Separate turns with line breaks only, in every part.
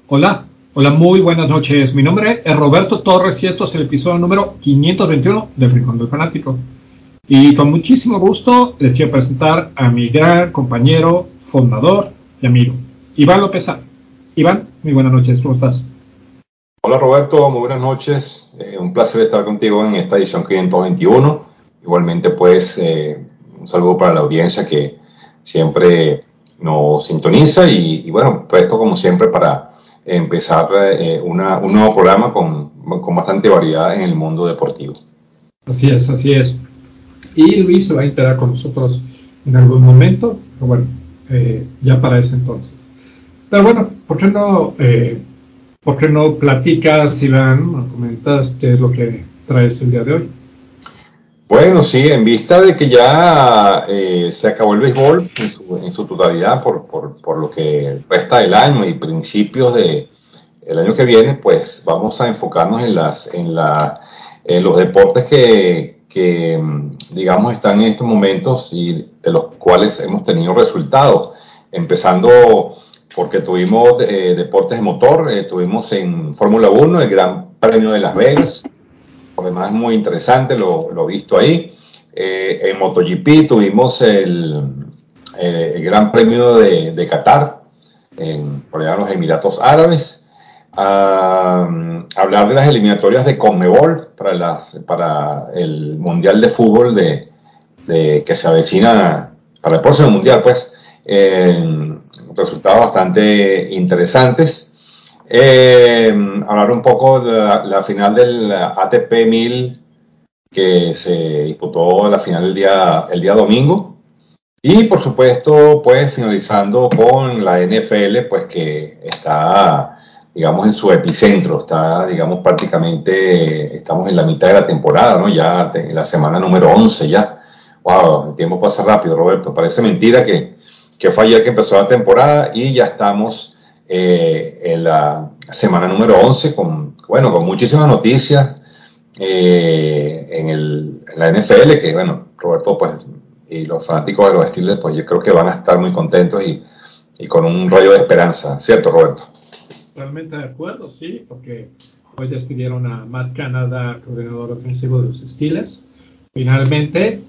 Hola, hola, muy buenas noches. Mi nombre es Roberto Torres y esto es el episodio número 521 del Rincón del Fanático. Y con muchísimo gusto les quiero presentar a mi gran compañero, fundador y amigo, Iván López. Iván, muy buenas noches, ¿cómo estás?
Hola Roberto, muy buenas noches. Un placer estar contigo en esta edición 521. Igualmente, pues, un saludo para la audiencia que siempre nos sintoniza y bueno, presto como siempre para empezar un nuevo programa con bastante variedad en el mundo deportivo.
Así es, así es. Y Luis se va a integrar con nosotros en algún momento, pero bueno, ya para ese entonces. Pero bueno, ¿por qué no platicas, Iván, o comentas qué es lo que traes el día de hoy?
Bueno, sí, en vista de que ya se acabó el béisbol en su totalidad por lo que resta del año y principios de el año que viene, pues vamos a enfocarnos en los deportes que digamos, están en estos momentos y de los cuales hemos tenido resultados. Empezando porque tuvimos deportes de motor, tuvimos en Fórmula 1 el Gran Premio de Las Vegas, por demás muy interesante lo visto ahí. En MotoGP tuvimos el Gran Premio de Qatar, por allá en los Emiratos Árabes. Hablar de las eliminatorias de Conmebol para el Mundial de Fútbol que se avecina para el próximo Mundial, pues, resultados bastante interesantes. Hablar un poco de la final del ATP 1000 que se disputó la final el día domingo. Y por supuesto, pues finalizando con la NFL, pues que está, digamos, en su epicentro, está, digamos, prácticamente, estamos en la mitad de la temporada, ¿no? Ya en la semana número 11 ya. Wow, el tiempo pasa rápido, Roberto. Parece mentira que fue ayer que empezó la temporada y ya estamos en la semana número 11 bueno, con muchísimas noticias en la NFL, que bueno, Roberto, pues, y los fanáticos de los Steelers, pues yo creo que van a estar muy contentos y con un rayo de esperanza, ¿cierto, Roberto?
Totalmente de acuerdo, sí, porque hoy despidieron a Matt Canada, coordinador ofensivo de los Steelers, finalmente,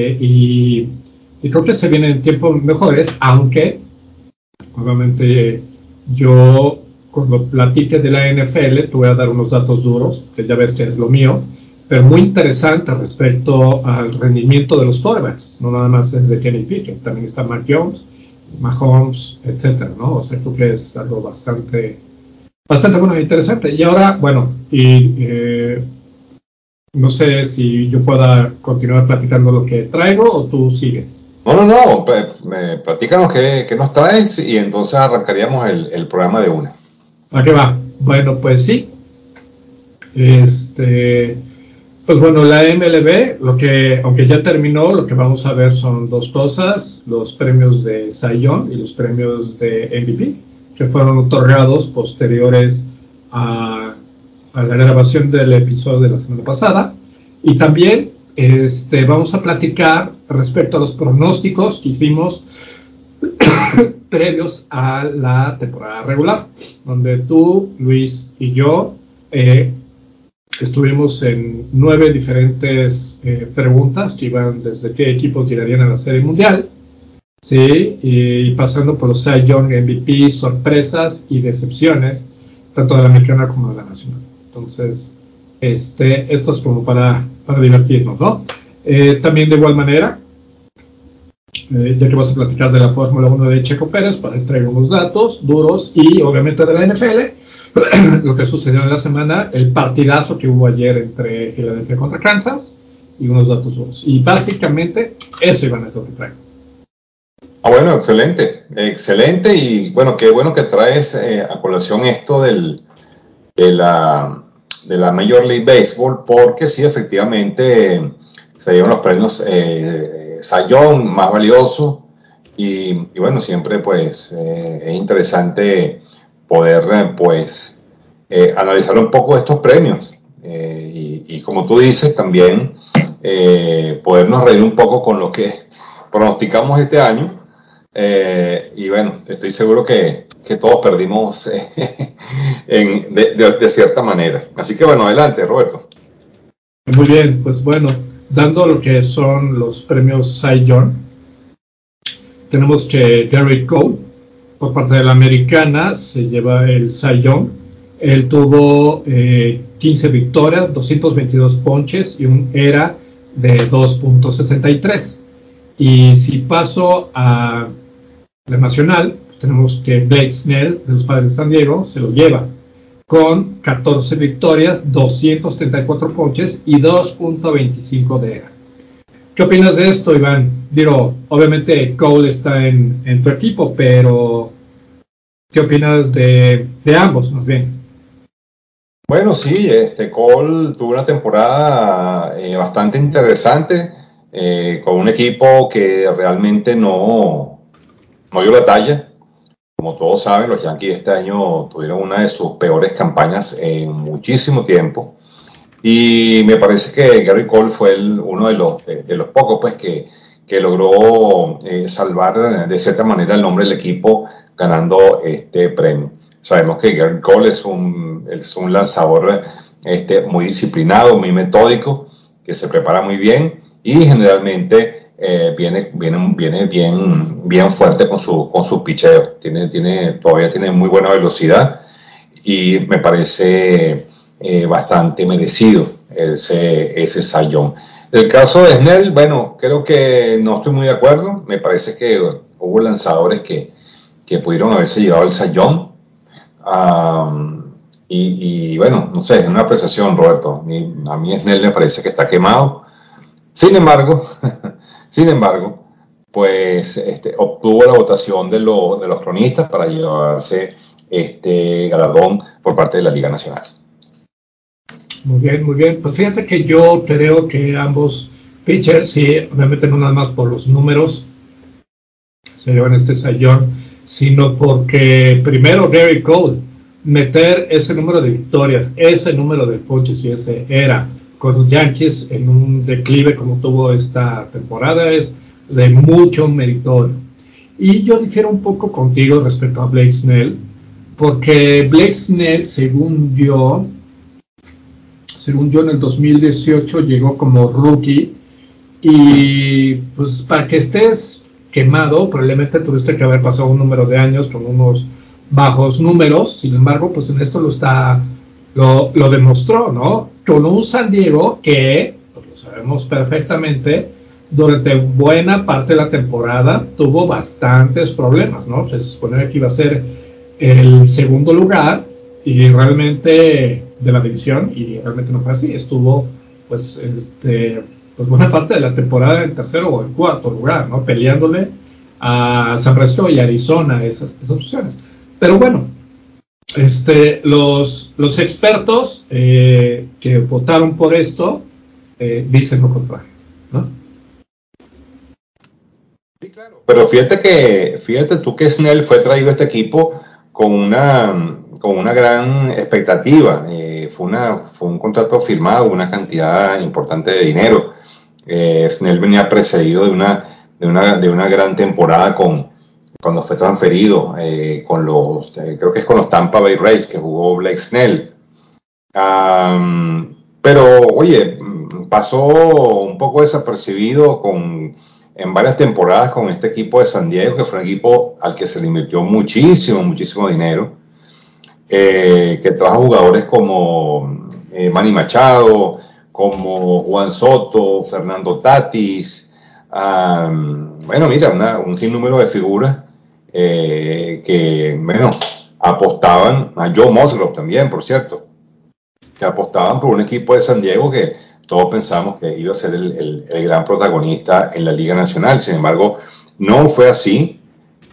y creo que se vienen tiempos mejores, aunque, obviamente, yo, cuando platique de la NFL, te voy a dar unos datos duros, que ya ves que es lo mío, pero muy interesante respecto al rendimiento de los quarterbacks, no nada más es de Kenny Pickett, también está Mac Jones, Mahomes, etcétera, ¿no? O sea, creo que es algo bastante bueno e interesante. Y ahora, bueno, no sé si yo pueda continuar platicando lo que traigo o tú sigues.
No, platícanos qué nos traes y entonces arrancaríamos el programa de una.
¿A qué va? Bueno, pues sí. Este, pues bueno, la MLB, aunque ya terminó, lo que vamos a ver son dos cosas: los premios de Cy Young y los premios de MVP, que fueron otorgados posteriores a, a la grabación del episodio de la semana pasada. Y también vamos a platicar respecto a los pronósticos que hicimos previos a la temporada regular, donde tú, Luis y yo estuvimos en 9 diferentes preguntas que iban desde qué equipo tirarían a la Serie Mundial, ¿sí? Y pasando por los Cy Young, MVP, sorpresas y decepciones, tanto de la americana como de la nacional. Entonces, esto es como para divertirnos, ¿no? También de igual manera, ya que vas a platicar de la Fórmula 1 de Checo Pérez, para traer unos datos duros y obviamente de la NFL, lo que sucedió en la semana, el partidazo que hubo ayer entre Filadelfia contra Kansas y unos datos duros. Y básicamente eso iban a lo que traigo.
Bueno, excelente, excelente y bueno, qué bueno que traes a colación esto de la, de la Major League Baseball, porque sí, efectivamente se dieron los premios Cy Young más valioso y bueno, siempre pues es interesante poder pues analizar un poco estos premios y como tú dices también podernos reír un poco con lo que pronosticamos este año y bueno, estoy seguro que todos perdimos de cierta manera. Así que bueno, adelante, Roberto.
Muy bien, pues bueno, dando lo que son los premios Cy Young, tenemos que Garrett Cole, por parte de la americana, se lleva el Cy Young. Él tuvo 15 victorias, 222 ponches y un ERA de 2.63. Y si paso a la nacional, tenemos que Blake Snell, de los Padres de San Diego, se lo lleva con 14 victorias, 234 ponches y 2.25 de ERA. ¿Qué opinas de esto, Iván? Digo, obviamente Cole está en tu equipo, pero ¿qué opinas de ambos, más bien?
Bueno, sí, Cole tuvo una temporada bastante interesante, con un equipo que realmente no dio la talla. Como todos saben, los Yankees este año tuvieron una de sus peores campañas en muchísimo tiempo. Y me parece que Gary Cole fue uno de los pocos pues, que logró salvar de cierta manera el nombre del equipo ganando este premio. Sabemos que Gary Cole es un lanzador muy disciplinado, muy metódico, que se prepara muy bien y generalmente viene bien fuerte con su picheo. Todavía tiene muy buena velocidad y me parece bastante merecido ese Cy Young. El caso de Snell, bueno, creo que no estoy muy de acuerdo. Me parece que hubo lanzadores que pudieron haberse llevado el Cy Young. Y bueno, no sé, es una apreciación, Roberto. A mí Snell me parece que está quemado. Sin embargo, sin embargo, pues obtuvo la votación de los cronistas para llevarse este galardón por parte de la Liga Nacional.
Muy bien, muy bien. Pues fíjate que yo creo que ambos pitchers, sí, obviamente no nada más por los números, se llevan este sayón, sino porque primero Gary Cole, meter ese número de victorias, ese número de ponches y ese era con los Yankees en un declive como tuvo esta temporada es de mucho meritorio. Y yo difiero un poco contigo respecto a Blake Snell, porque Blake Snell, según yo en el 2018 llegó como rookie y pues para que estés quemado probablemente tuviste que haber pasado un número de años con unos bajos números. Sin embargo, pues en esto lo demostró, ¿no? Con un San Diego que, pues lo sabemos perfectamente, durante buena parte de la temporada tuvo bastantes problemas, ¿no? Se suponía que iba a ser el segundo lugar y realmente de la división y realmente no fue así. Estuvo pues pues buena parte de la temporada en tercero o en cuarto lugar, ¿no? Peleándole a San Francisco y Arizona esas opciones. Pero bueno, los expertos que votaron por esto dicen lo contrario, ¿no?
Pero fíjate tú que Snell fue traído a este equipo con una gran expectativa. Fue un contrato firmado, una cantidad importante de dinero. Snell venía precedido de una gran temporada cuando fue transferido creo que es con los Tampa Bay Rays que jugó Blake Snell. Pero, oye, pasó un poco desapercibido en varias temporadas con este equipo de San Diego, que fue un equipo al que se le invirtió muchísimo dinero, que trajo jugadores como Manny Machado, como Juan Soto, Fernando Tatis, bueno, mira, un sinnúmero de figuras que, bueno, apostaban a Joe Musgrove también, por cierto, que apostaban por un equipo de San Diego que todos pensamos que iba a ser el gran protagonista en la Liga Nacional. Sin embargo, no fue así.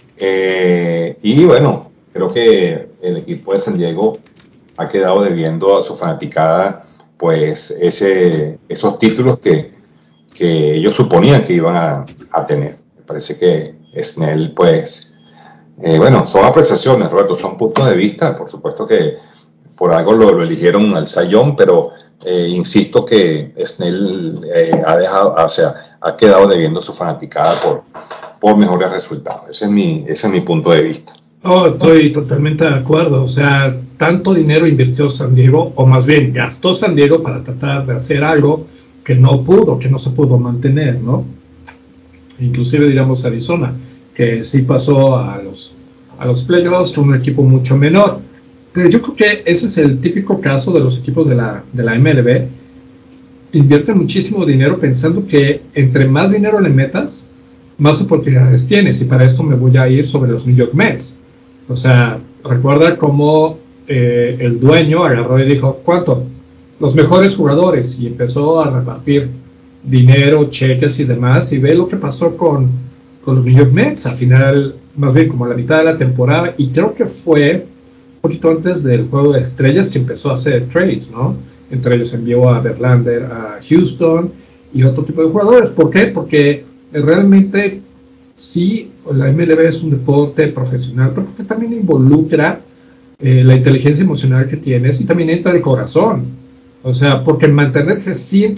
Y bueno, creo que el equipo de San Diego ha quedado debiendo a su fanaticada pues esos títulos que ellos suponían que iban a tener. Me parece que Snell pues bueno, son apreciaciones, Roberto, son puntos de vista. Por supuesto que por algo lo eligieron al Sayón, pero insisto que Snell ha quedado debiendo su fanaticada por mejores resultados. Ese es mi punto de vista.
Oh, estoy totalmente de acuerdo. O sea, tanto dinero invirtió San Diego, o más bien gastó San Diego para tratar de hacer algo que no pudo, que no se pudo mantener, ¿no? Inclusive diríamos Arizona, que sí pasó a los playoffs, un equipo mucho menor. Pero yo creo que ese es el típico caso de los equipos de la MLB. Invierten muchísimo dinero pensando que entre más dinero le metas, más oportunidades tienes. Y para esto me voy a ir sobre los New York Mets. O sea, recuerda cómo el dueño agarró y dijo, ¿cuánto? Los mejores jugadores, y empezó a repartir dinero, cheques y demás, y ve lo que pasó con los New York Mets, al final, más bien como a la mitad de la temporada, y creo que fue un poquito antes del juego de estrellas que empezó a hacer trades, ¿no? Entre ellos envió a Verlander a Houston y otro tipo de jugadores. ¿Por qué? Porque realmente sí, la MLB es un deporte profesional, pero que también involucra la inteligencia emocional que tienes y también entra el corazón. O sea, porque mantenerse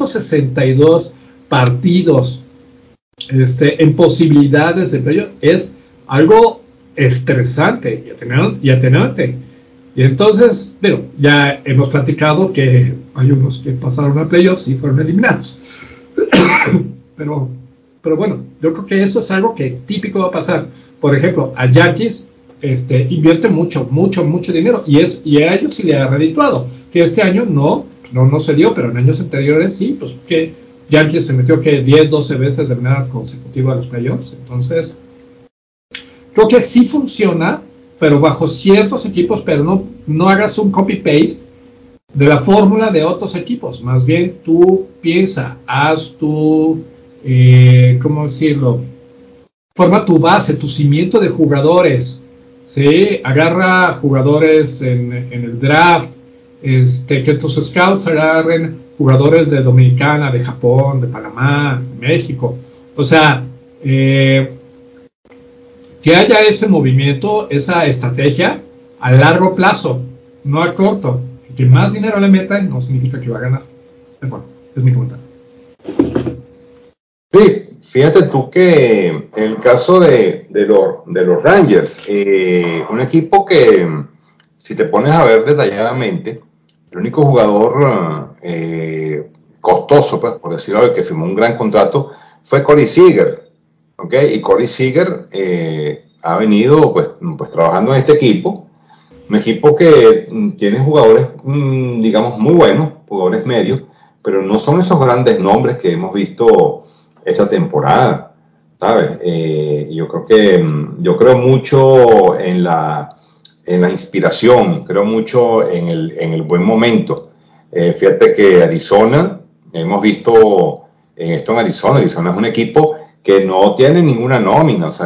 162 partidos en posibilidades de playoff es algo estresante y atenuante. Y entonces, bueno, ya hemos platicado que hay unos que pasaron a playoffs y fueron eliminados. pero, pero bueno, yo creo que eso es algo que típico va a pasar. Por ejemplo, a Yankees invierte mucho dinero y a ellos sí le ha redituado. Que este año no se dio, pero en años anteriores sí, pues que Yankees se metió que 10, 12 veces de manera consecutiva a los playoffs. Entonces, creo que sí funciona, pero bajo ciertos equipos, pero no hagas un copy-paste de la fórmula de otros equipos. Más bien tú piensa, haz tu, ¿cómo decirlo? Forma tu base, tu cimiento de jugadores, ¿sí? Agarra jugadores en el draft, que tus scouts agarren jugadores de Dominicana, de Japón, de Panamá, México. O sea, que haya ese movimiento, esa estrategia a largo plazo, no a corto. Que más dinero le metan no significa que va a ganar. Bueno, es mi comentario.
Sí, fíjate tú que en el caso de los Rangers, un equipo que, si te pones a ver detalladamente, el único jugador costoso, pues, por decirlo algo, que firmó un gran contrato fue Corey Seager, ¿ok? Y Corey Seager ha venido pues trabajando en este equipo, un equipo que tiene jugadores, digamos, muy buenos, jugadores medios, pero no son esos grandes nombres que hemos visto esta temporada, ¿sabes? Yo creo mucho en la inspiración, creo mucho en el buen momento. Fíjate que Arizona, hemos visto esto en Arizona. Arizona es un equipo que no tiene ninguna nómina, o sea,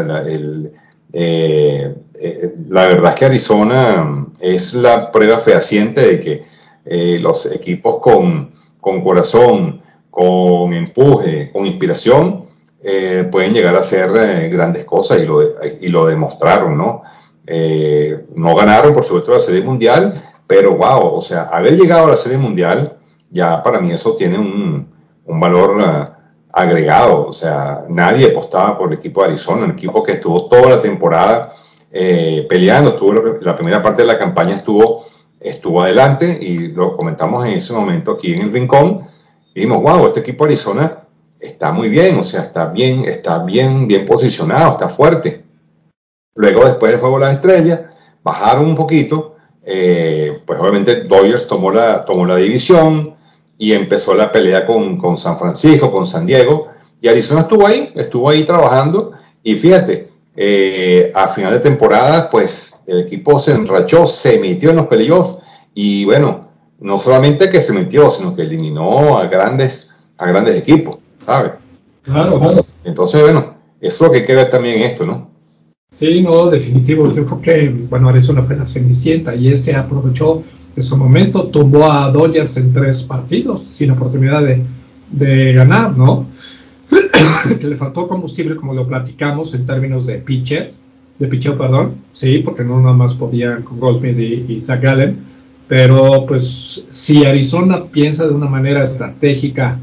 la verdad es que Arizona es la prueba fehaciente de que los equipos con corazón, con empuje, con inspiración, pueden llegar a hacer grandes cosas y lo demostraron, ¿no? No ganaron, por supuesto, la Serie Mundial, pero wow, o sea, haber llegado a la Serie Mundial, ya para mí eso tiene un valor agregado. O sea, nadie apostaba por el equipo de Arizona, un equipo que estuvo toda la temporada peleando, la primera parte de la campaña estuvo adelante y lo comentamos en ese momento aquí en el Rincón y dijimos, wow, este equipo de Arizona está muy bien, o sea, bien posicionado, está fuerte. Luego, después del juego de las estrellas, bajaron un poquito, pues obviamente Dodgers tomó la división y empezó la pelea con San Francisco, con San Diego, y Arizona estuvo ahí trabajando, y fíjate, a final de temporada, pues el equipo se enrachó, se metió en los playoffs, y bueno, no solamente que se metió, sino que eliminó a grandes equipos, ¿sabes?
Claro, claro.
Entonces, bueno, eso es lo que hay que ver también en esto, ¿no?
Sí, no, definitivo. Yo creo que, bueno, Arizona fue la cenicienta y aprovechó ese momento, tumbó a Dodgers en 3 partidos sin oportunidad de ganar, ¿no? Que le faltó combustible, como lo platicamos en términos de pitcher, perdón, sí, porque no nada más podían con Goldschmidt y Zach Gallen, pero pues si Arizona piensa de una manera estratégica,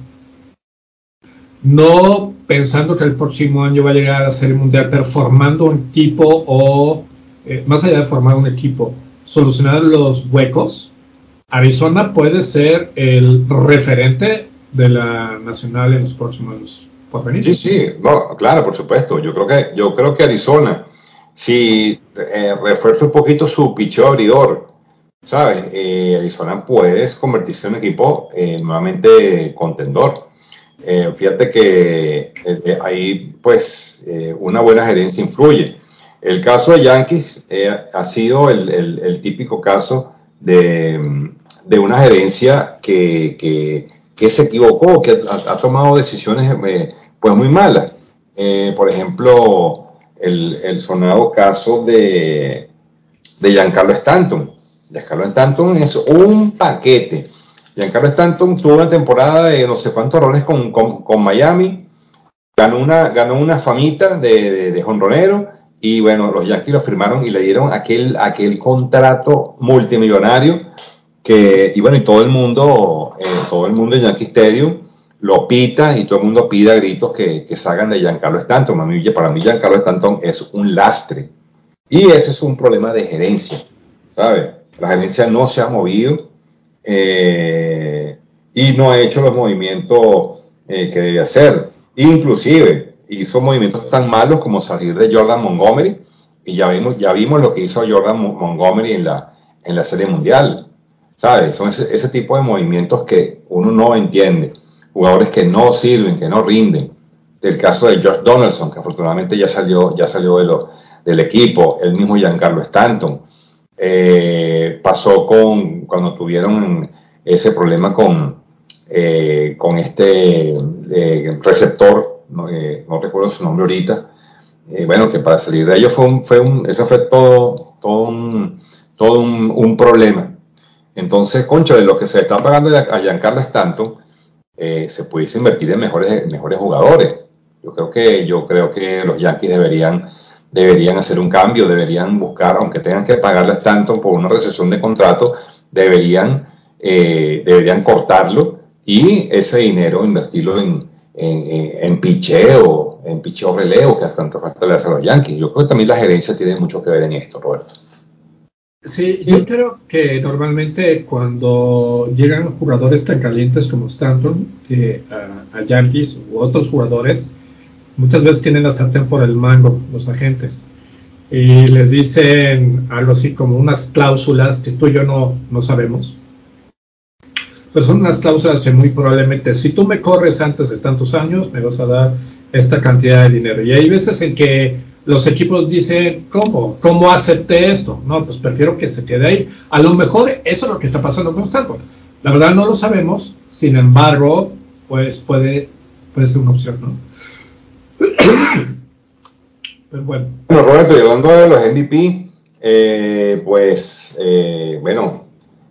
no pensando que el próximo año va a llegar a la Serie Mundial, pero formando un equipo o más allá de formar un equipo, solucionar los huecos, Arizona puede ser el referente de la nacional en los próximos porvenir.
Sí, sí, no, claro, por supuesto. Yo creo que Arizona, si refuerza un poquito su picheo abridor, ¿sabes? Arizona puede convertirse en un equipo nuevamente contendor. Fíjate que ahí, pues, una buena gerencia influye. El caso de Yankees ha sido el típico caso de una gerencia que se equivocó, que ha tomado decisiones pues muy malas. Por ejemplo, el sonado caso de Giancarlo Stanton. Giancarlo Stanton es un paquete. Giancarlo Stanton tuvo una temporada de no sé cuántos roles con Miami, ganó una famita de jonronero, y bueno, los Yankees lo firmaron y le dieron aquel contrato multimillonario y bueno, y todo el mundo en Yankee Stadium lo pita, y todo el mundo pide a gritos que salgan de Giancarlo Stanton. Para mí Giancarlo Stanton es un lastre, y ese es un problema de gerencia, ¿sabes? La gerencia no se ha movido, eh, y no ha hecho los movimientos que debe hacer. Inclusive hizo movimientos tan malos como salir de Jordan Montgomery, y ya vimos lo que hizo Jordan Montgomery en la Serie Mundial, ¿sabes? Son ese tipo de movimientos que uno no entiende. Jugadores que no sirven, que no rinden. El caso de Josh Donaldson, que afortunadamente ya salió del equipo, el mismo Giancarlo Stanton. Pasó cuando tuvieron ese problema con este receptor, no recuerdo su nombre ahorita. Bueno, que para salir de ello eso fue todo un problema. Entonces, concha, de lo que se está pagando a Giancarlo Stanton, se pudiese invertir en mejores jugadores. Yo creo que los Yankees deberían hacer un cambio, deberían buscar, aunque tengan que pagarle a Stanton por una recesión de contrato, deberían cortarlo, y ese dinero invertirlo en picheo relevo, que tanto falta le hace a los Yankees. Yo creo que también la gerencia tiene mucho que ver en esto, Roberto.
Sí, yo creo que normalmente cuando llegan jugadores tan calientes como Stanton a Yankees u otros jugadores, muchas veces tienen la sartén por el mango los agentes y les dicen algo así como unas cláusulas que tú y yo no sabemos, pero son unas cláusulas que muy probablemente si tú me corres antes de tantos años me vas a dar esta cantidad de dinero, y hay veces en que los equipos dicen, ¿cómo acepté esto? No, pues prefiero que se quede ahí. A lo mejor eso es lo que está pasando con Stanford. La verdad no lo sabemos, sin embargo, pues puede ser una opción, ¿no? Pero bueno.
Bueno, Roberto, y hablando de los MVP, pues, bueno,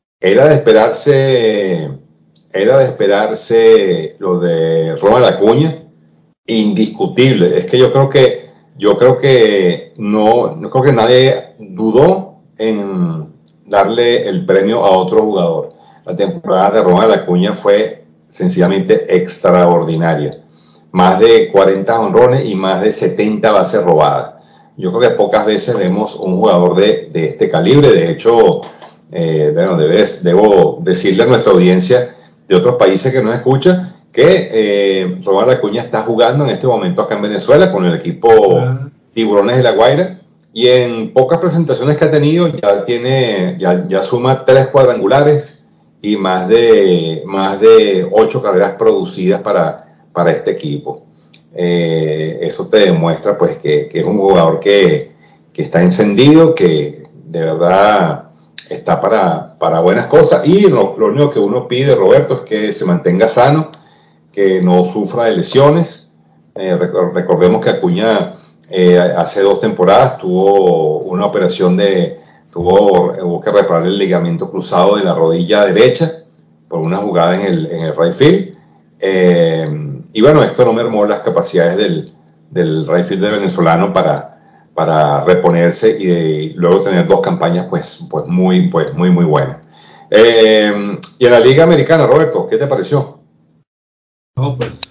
era de esperarse lo de Ronald Acuña, indiscutible. Es que yo creo que no creo que nadie dudó en darle el premio a otro jugador. La temporada de Ronald Acuña fue sencillamente extraordinaria. Más de 40 honrones y más de 70 bases robadas. Yo creo que pocas veces vemos un jugador de este calibre. De hecho, bueno, debo decirle a nuestra audiencia de otros países que nos escucha que Ronald Acuña está jugando en este momento acá en Venezuela con el equipo Tiburones de La Guaira, y en pocas presentaciones que ha tenido ya suma 3 cuadrangulares y más de 8 carreras producidas para este equipo. Eso te demuestra pues que es un jugador que está encendido, que de verdad está para buenas cosas, y lo único que uno pide, Roberto, es que se mantenga sano, que no sufra de lesiones. Recordemos que Acuña hace 2 temporadas tuvo una operación hubo que reparar el ligamento cruzado de la rodilla derecha por una jugada en el right field. Y bueno, esto no mermó las capacidades del right fielder venezolano para reponerse y luego tener 2 campañas pues muy buenas. Y en la Liga Americana, Roberto, ¿qué te pareció?
No, pues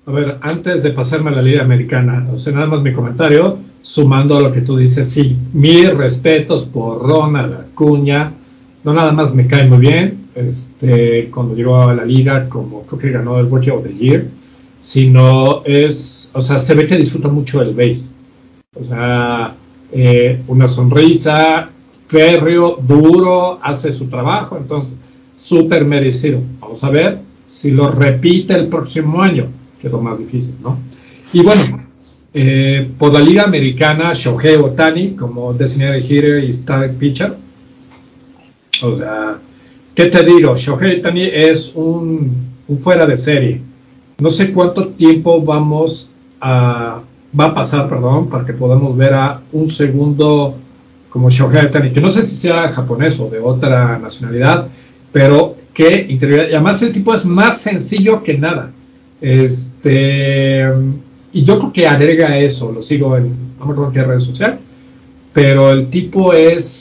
A ver, antes de pasarme a la Liga Americana, o sea, nada más mi comentario, sumando a lo que tú dices, sí, mis respetos por Ronald Acuña, no nada más me cae muy bien, cuando llegó a la Liga, como creo que ganó el Rookie of the Year, sino o sea, se ve que disfruta mucho el base, o sea, una sonrisa, férreo, duro, hace su trabajo, entonces, súper merecido. Vamos a ver si lo repite el próximo año, que es lo más difícil, ¿no? Y bueno, por la Liga Americana, Shohei Ohtani como designated hitter y starting pitcher. O sea, ¿qué te digo? Shohei Ohtani es un fuera de serie. No sé cuánto tiempo va a pasar, perdón, para que podamos ver a un segundo como Shohei Ohtani, que no sé si sea japonés o de otra nacionalidad, pero que integridad. Y además el tipo es más sencillo que nada. Este, y yo creo que agrega eso, lo sigo no me acuerdo en qué red social, pero el tipo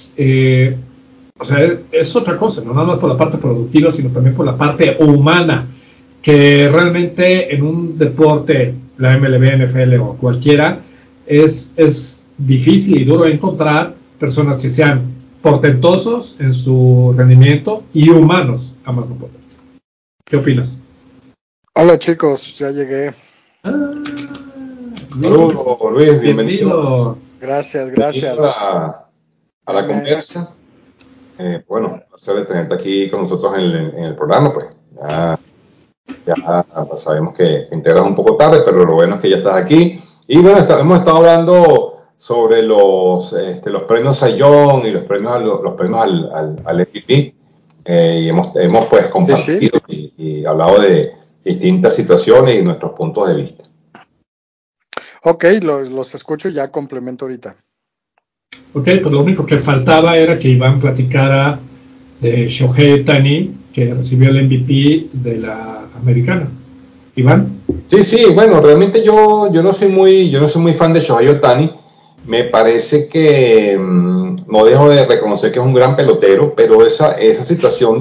o sea, es otra cosa, no nada más por la parte productiva, sino también por la parte humana, que realmente en un deporte, la MLB, NFL o cualquiera, es difícil y duro encontrar personas que sean portentosos en su rendimiento y humanos, ambas no pueden. ¿Qué opinas?
Hola chicos, ya llegué.
Ah,
Saludos, Luis, bienvenido,
bienvenido.
Gracias,
bienvenido
gracias.
a la
Me-
conversa. Bueno, placer de tenerte aquí con nosotros en el programa, pues ya sabemos que te integras un poco tarde, pero lo bueno es que ya estás aquí. Y bueno, hemos estado hablando sobre los premios Cy Young y los premios, los premios al MVP, y hemos pues
Sí, sí.
compartido y hablado de distintas situaciones y nuestros puntos de vista.
Ok, los escucho y ya complemento ahorita.
Ok, pues lo único que faltaba era que Iván platicara de Shohei Ohtani, que recibió el MVP de la americana. Iván.
Sí, sí, bueno, realmente yo no soy muy fan de Shohei Ohtani. Me parece que no dejo de reconocer que es un gran pelotero, pero esa situación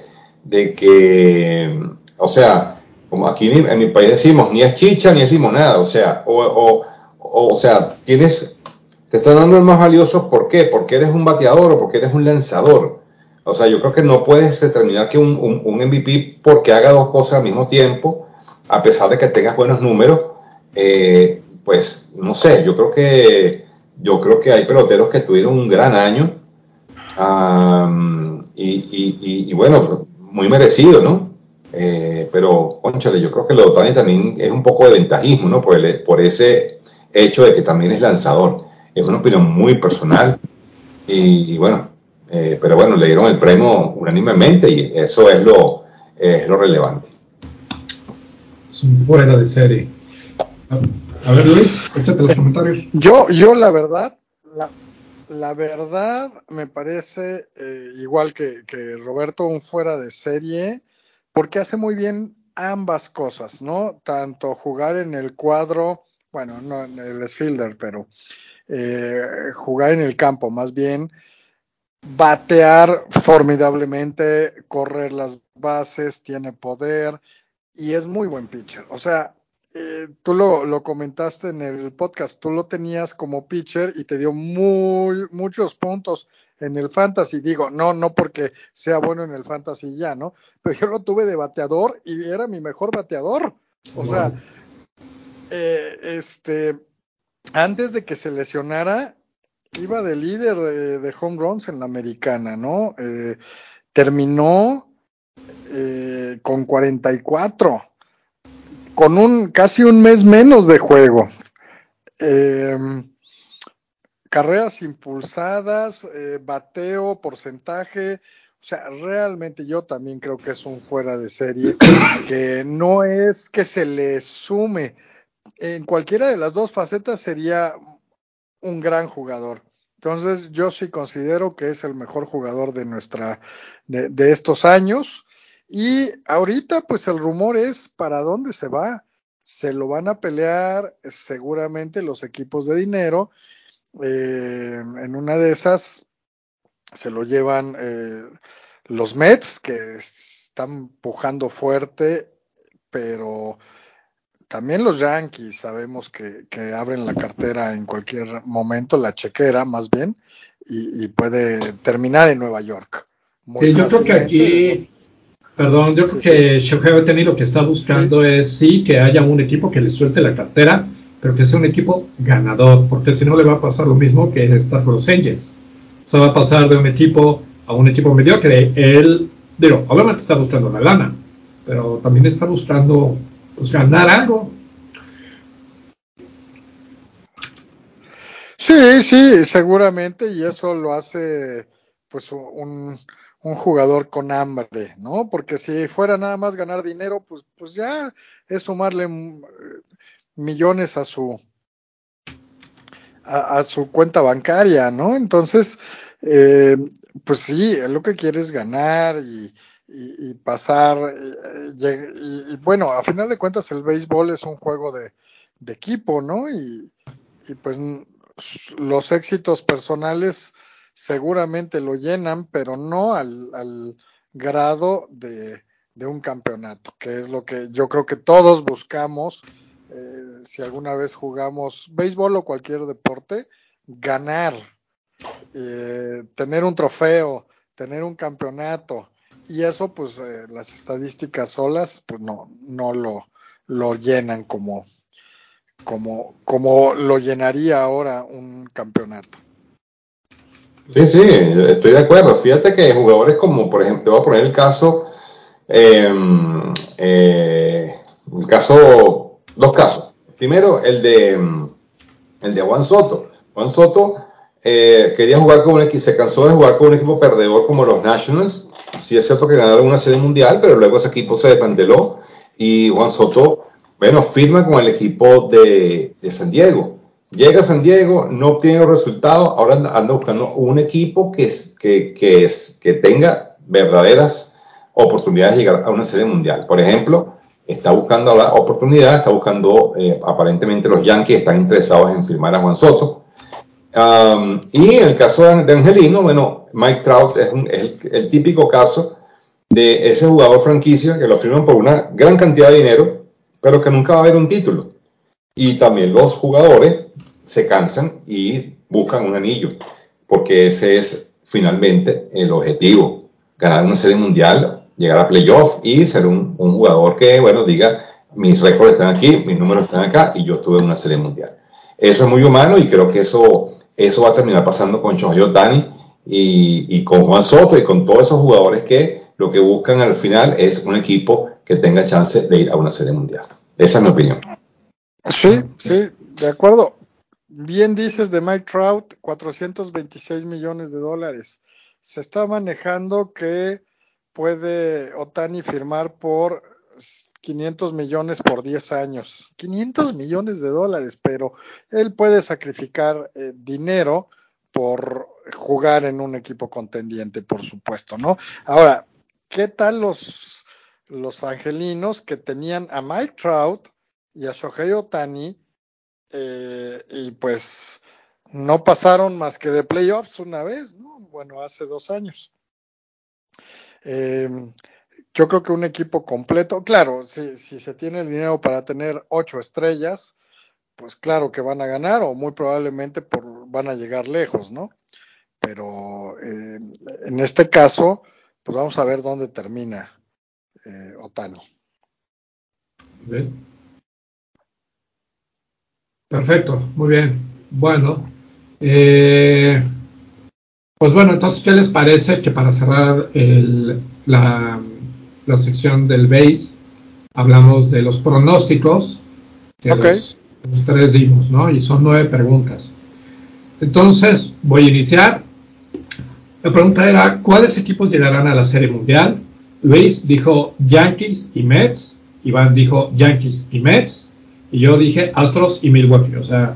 o sea, como aquí en mi país decimos, ni es chicha ni es limonada, o sea, o sea, te están dando el más valioso, ¿por qué? Porque eres un bateador o porque eres un lanzador. O sea, yo creo que no puedes determinar que un MVP porque haga dos cosas al mismo tiempo, a pesar de que tengas buenos números, pues no sé, yo creo que hay peloteros que tuvieron un gran año, y bueno, muy merecido, ¿no? Pero, cónchale, yo creo que lo de Otani también es un poco de ventajismo, ¿no? Por ese hecho de que también es lanzador. Es una opinión muy personal y bueno, pero bueno, le dieron el premio unánimemente y eso es lo relevante.
Es un fuera de serie. A ver, Luis, échate los comentarios.
Yo la verdad me parece igual que Roberto, un fuera de serie, porque hace muy bien ambas cosas, ¿no? Tanto jugar en el cuadro, bueno, no en el fielder, pero jugar en el campo, más bien batear formidablemente, correr las bases, tiene poder y es muy buen pitcher. O sea, tú lo comentaste en el podcast, tú lo tenías como pitcher y te dio muchos puntos en el fantasy. Digo, no porque sea bueno en el fantasy ya, ¿no? Pero yo lo tuve de bateador y era mi mejor bateador. O sea,
Wow.
antes de que se lesionara, iba de líder de home runs en la americana, ¿no? Terminó con 44, con casi un mes menos de juego. Eh, Carreras impulsadas, bateo, porcentaje. O sea, realmente yo también creo que es un fuera de serie, que no es que se le sume. En cualquiera de las dos facetas sería un gran jugador. Entonces, yo sí considero que es el mejor jugador de estos años. Y ahorita, pues el rumor es para dónde se va. Se lo van a pelear seguramente los equipos de dinero. En una de esas se lo llevan los Mets, que están pujando fuerte, pero También los Yankees sabemos que abren la cartera en cualquier momento, la chequera más bien, y puede terminar en Nueva York.
Muy yo creo que aquí, yo creo que Shohei Ohtani lo que está buscando es que haya un equipo que le suelte la cartera, pero que sea un equipo ganador, porque si no le va a pasar lo mismo que estar con los Angels. O sea, va a pasar de un equipo a un equipo mediocre. Él, obviamente está buscando la lana, pero también está buscando pues ganar algo.
Sí, seguramente, y eso lo hace pues un jugador con hambre, ¿no? Porque si fuera nada más ganar dinero, pues ya es sumarle millones a su cuenta bancaria, ¿no? Entonces, pues sí, lo que quiere es ganar y pasar, y bueno, a final de cuentas el béisbol es un juego de equipo, ¿no? Y pues los éxitos personales seguramente lo llenan, pero no al grado de un campeonato, que es lo que yo creo que todos buscamos. Si alguna vez jugamos béisbol o cualquier deporte, ganar, tener un trofeo, tener un campeonato, y eso pues las estadísticas solas pues no lo llenan como lo llenaría ahora un campeonato.
Sí, estoy de acuerdo. Fíjate que jugadores como, por ejemplo, voy a poner dos casos. Primero, el de Juan Soto. Juan Soto quería jugar con un equipo, se cansó de jugar con un equipo perdedor como los Nationals. Sí es cierto que ganaron una serie mundial, pero luego ese equipo se desmanteló y Juan Soto, bueno, firma con el equipo de San Diego. Llega a San Diego, no obtiene los resultados, ahora anda buscando un equipo que tenga verdaderas oportunidades de llegar a una serie mundial. Por ejemplo, está buscando la oportunidad, aparentemente los Yankees están interesados en firmar a Juan Soto. Y en el caso de Angelino, bueno, Mike Trout es el típico caso de ese jugador franquicia que lo firman por una gran cantidad de dinero, pero que nunca va a haber un título. Y también los jugadores se cansan y buscan un anillo, porque ese es finalmente el objetivo, ganar una serie mundial, llegar a playoff y ser un jugador que, bueno, diga, mis récords están aquí, mis números están acá y yo estuve en una serie mundial. Eso es muy humano y creo que eso va a terminar pasando con Shohei Ohtani y con Juan Soto y con todos esos jugadores que lo que buscan al final es un equipo que tenga chance de ir a una serie mundial. Esa es mi opinión.
Sí, de acuerdo. Bien dices de Mike Trout, 426 millones de dólares. Se está manejando que puede Ohtani firmar por 500 millones por 10 años. 500 millones de dólares, pero él puede sacrificar dinero por jugar en un equipo contendiente, por supuesto, ¿no? Ahora, ¿qué tal los angelinos que tenían a Mike Trout y a Shohei Ohtani, y pues no pasaron más que de playoffs una vez, ¿no? Bueno, hace 2 años. Yo creo que un equipo completo, claro, si se tiene el dinero para tener 8 estrellas, pues claro que van a ganar o muy probablemente van a llegar lejos, ¿no? Pero en este caso, pues vamos a ver dónde termina Ohtani.
Bien. Perfecto, muy bien. Bueno, pues bueno, entonces, ¿qué les parece que para cerrar la sección del base hablamos de los pronósticos que los 3 dimos, ¿no? Y son 9 preguntas. Entonces, voy a iniciar. La pregunta era, ¿cuáles equipos llegarán a la Serie Mundial? Luis dijo Yankees y Mets. Iván dijo Yankees y Mets. Y yo dije Astros y Milwaukee. O sea,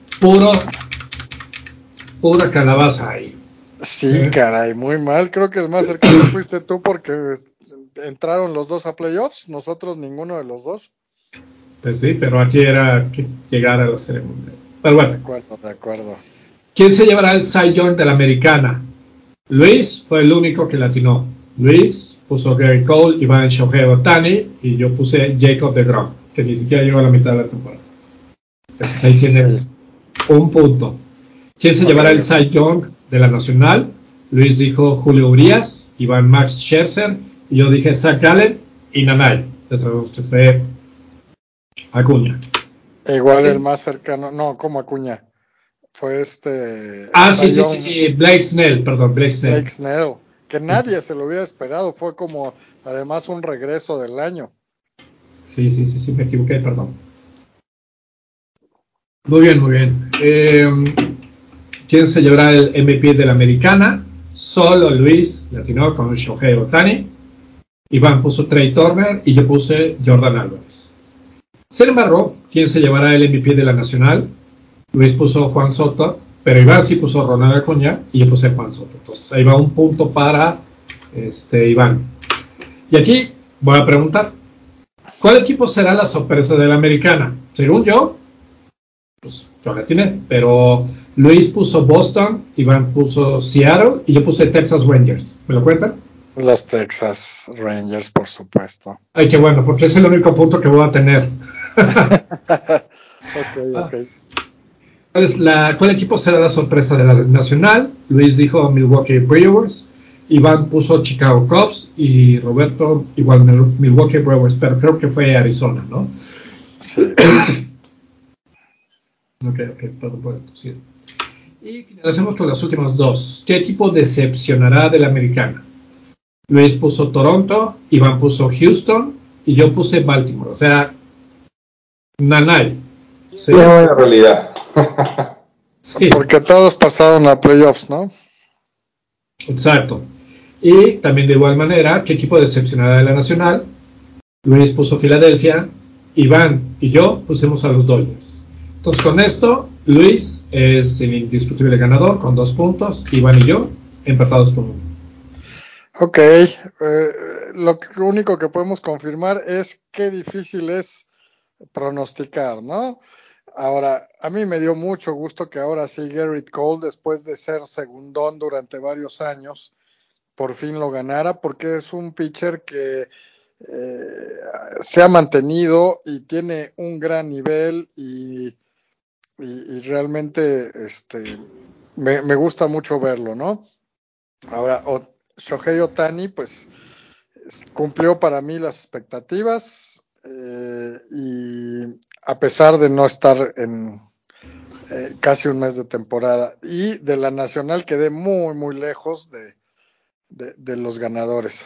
pura calabaza ahí.
Sí, caray, muy mal. Creo que el más cercano fuiste tú porque entraron los dos a playoffs, nosotros ninguno de los dos.
Pues sí, pero aquí era que llegar a la Serie Mundial. Pero bueno.
De acuerdo.
¿Quién se llevará el Cy Young de la Americana? Luis fue el único que le atinó. Luis puso Gary Cole, Iván Shohei Ohtani y yo puse Jacob deGrom. que ni siquiera llegó a la mitad de la temporada. Entonces ahí tienes un punto. ¿Quién se llevará el Cy Young de la Nacional? Luis dijo Julio Urias, Iván Max Scherzer, y yo dije Zach Gallen y Nanay. Ya sabemos que fue Acuña.
Igual el más cercano, no, como Acuña. Fue
Sí, Blake Snell, perdón, Blake Snell.
Blake Snell, que nadie se lo hubiera esperado, fue como además un regreso del año.
Sí, me equivoqué, perdón. Muy bien. ¿Quién se llevará el MVP de la Americana? Solo Luis latinó con Shohei Ohtani. Iván puso Trey Turner y yo puse Jordan Álvarez. Sin embargo, ¿quién se llevará el MVP de la Nacional? Luis puso Juan Soto, pero Iván sí puso Ronald Acuña y yo puse Juan Soto. Entonces ahí va un punto para Iván. Y aquí voy a preguntar, ¿cuál equipo será la sorpresa de la Americana? Según yo, pues yo la tiene, pero Luis puso Boston, Iván puso Seattle y yo puse Texas Rangers. ¿Me lo cuentan?
Los Texas Rangers, por supuesto.
Ay, qué bueno, porque es el único punto que voy a tener.
Ok.
¿Cuál equipo será la sorpresa de la Nacional? Luis dijo Milwaukee Brewers, Iván puso Chicago Cubs y Roberto igual Milwaukee Brewers, pero creo que fue Arizona, ¿no?
Sí.
Ok, perdón por el Y finalizamos con las últimas dos. ¿Qué equipo decepcionará de la Americana? Luis puso Toronto, Iván puso Houston y yo puse Baltimore. O sea, Nanay.
Sí, es una realidad.
Sí. Porque todos pasaron a playoffs, ¿no?
Exacto. Y también de igual manera, ¿qué equipo decepcionará de la Nacional? Luis puso Filadelfia, Iván y yo pusimos a los Dodgers. Entonces con esto, Luis es el indiscutible ganador con 2 puntos, Iván y yo empatados con 1.
Ok, lo único que podemos confirmar es qué difícil es pronosticar, ¿no? Ahora, a mí me dio mucho gusto que ahora sí Gerrit Cole, después de ser segundón durante varios años, por fin lo ganara, porque es un pitcher que se ha mantenido y tiene un gran nivel y realmente me gusta mucho verlo, ¿no? Ahora, Shohei Ohtani, pues cumplió para mí las expectativas y a pesar de no estar en casi un mes de temporada y de la Nacional quedé muy lejos de los ganadores.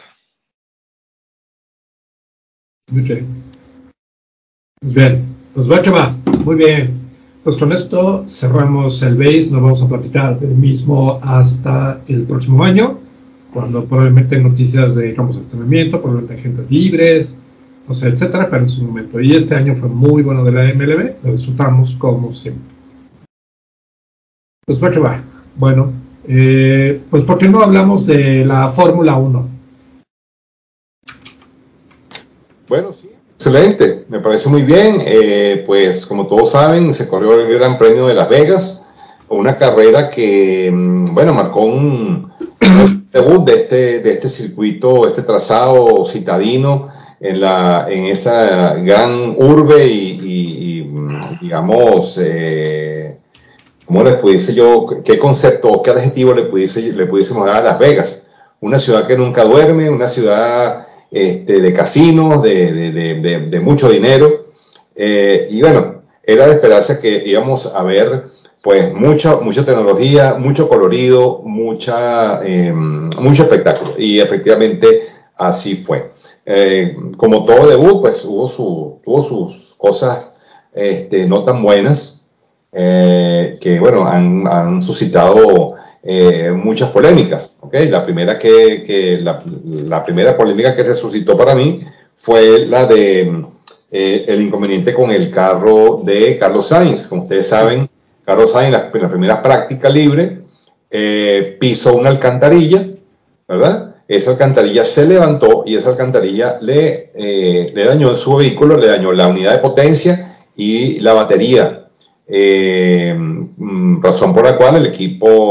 Okay. Bien, pues va que va. Muy bien. Pues con esto cerramos el base. Nos vamos a platicar del mismo hasta el próximo año, cuando probablemente hay noticias de campos de entrenamiento, probablemente agentes libres, o sea, etcétera, pero en su momento. Y este año fue muy bueno de la MLB, lo disfrutamos como siempre. Pues va que va. Bueno, pues ¿por qué no hablamos de la Fórmula 1?
Bueno, sí. Excelente, me parece muy bien. Pues como todos saben, se corrió el Gran Premio de Las Vegas, una carrera que, bueno, marcó un debut de este circuito, este trazado citadino en esa gran urbe y digamos, ¿cómo les pudiese yo, qué concepto, qué adjetivo le pudiésemos dar a Las Vegas? Una ciudad que nunca duerme, una ciudad de casinos, de mucho dinero, y bueno, era de esperarse que íbamos a ver pues mucha tecnología, mucho colorido, mucho espectáculo, y efectivamente así fue. Como todo debut, pues tuvo sus cosas no tan buenas, que bueno, han suscitado muchas polémicas. ¿Okay? La primera polémica que se suscitó para mí fue la de el inconveniente con el carro de Carlos Sainz. Como ustedes saben, Carlos Sainz en la primera práctica libre pisó una alcantarilla, ¿verdad? Esa alcantarilla se levantó y esa alcantarilla le dañó su vehículo, le dañó la unidad de potencia y la batería. Razón por la cual el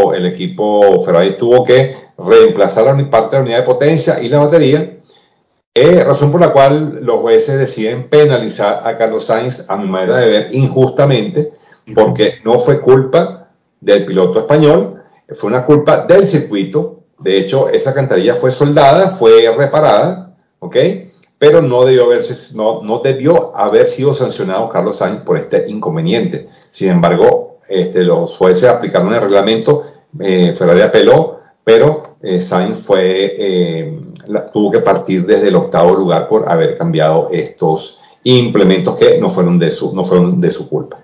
equipo Ferrari tuvo que reemplazar parte de la unidad de potencia y la batería, Razón por la cual los jueces deciden penalizar a Carlos Sainz, a mi manera de ver, injustamente, porque no fue culpa del piloto español, fue una culpa del circuito. De hecho, esa alcantarilla fue soldada, fue reparada, ¿ok? Pero no debió haber sido sancionado Carlos Sainz por este inconveniente. Sin embargo, los jueces aplicaron el reglamento, Ferrari apeló, pero Sainz tuvo que partir desde el 8º lugar por haber cambiado estos implementos que no fueron de su culpa.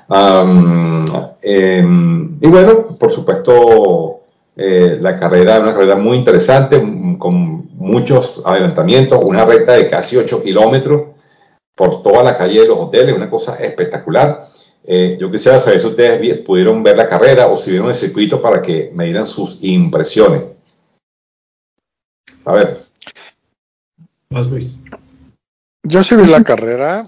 Y bueno, por supuesto, la carrera era una carrera muy interesante, con muchos adelantamientos, una recta de casi 8 kilómetros por toda la calle de los hoteles, una cosa espectacular. Yo quisiera saber si ustedes pudieron ver la carrera o si vieron el circuito para que me dieran sus impresiones. A ver.
Más Luis.
Yo sí vi la carrera,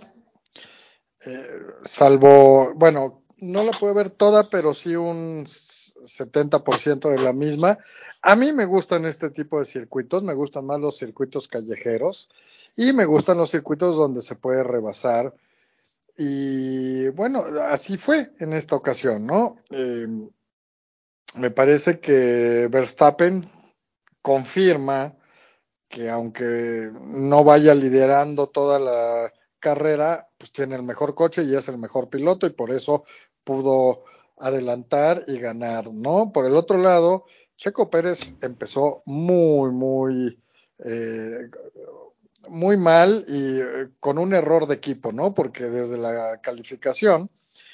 salvo, bueno, no la pude ver toda, pero sí un 70% de la misma. A mí me gustan este tipo de circuitos, me gustan más los circuitos callejeros y me gustan los circuitos donde se puede rebasar. Y bueno, así fue en esta ocasión, ¿no? Me parece que Verstappen confirma que aunque no vaya liderando toda la carrera, pues tiene el mejor coche y es el mejor piloto y por eso pudo adelantar y ganar, ¿no? Por el otro lado, Checo Pérez empezó muy mal y con un error de equipo, ¿no? Porque desde la calificación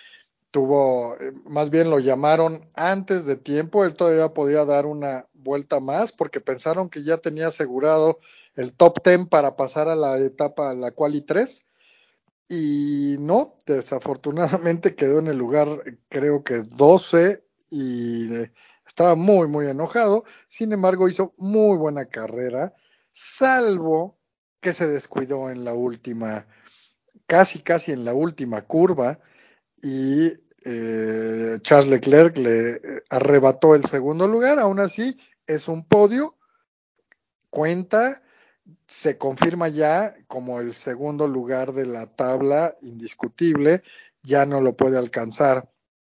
más bien lo llamaron antes de tiempo, él todavía podía dar una vuelta más porque pensaron que ya tenía asegurado el top 10 para pasar a la etapa, la quali 3, y no, desafortunadamente quedó en el lugar, creo que 12, y estaba muy enojado. Sin embargo, hizo muy buena carrera, salvo que se descuidó en la última, casi en la última curva, y Charles Leclerc le arrebató el segundo lugar. Aún así es un podio, cuenta, se confirma ya como el segundo lugar de la tabla indiscutible, ya no lo puede alcanzar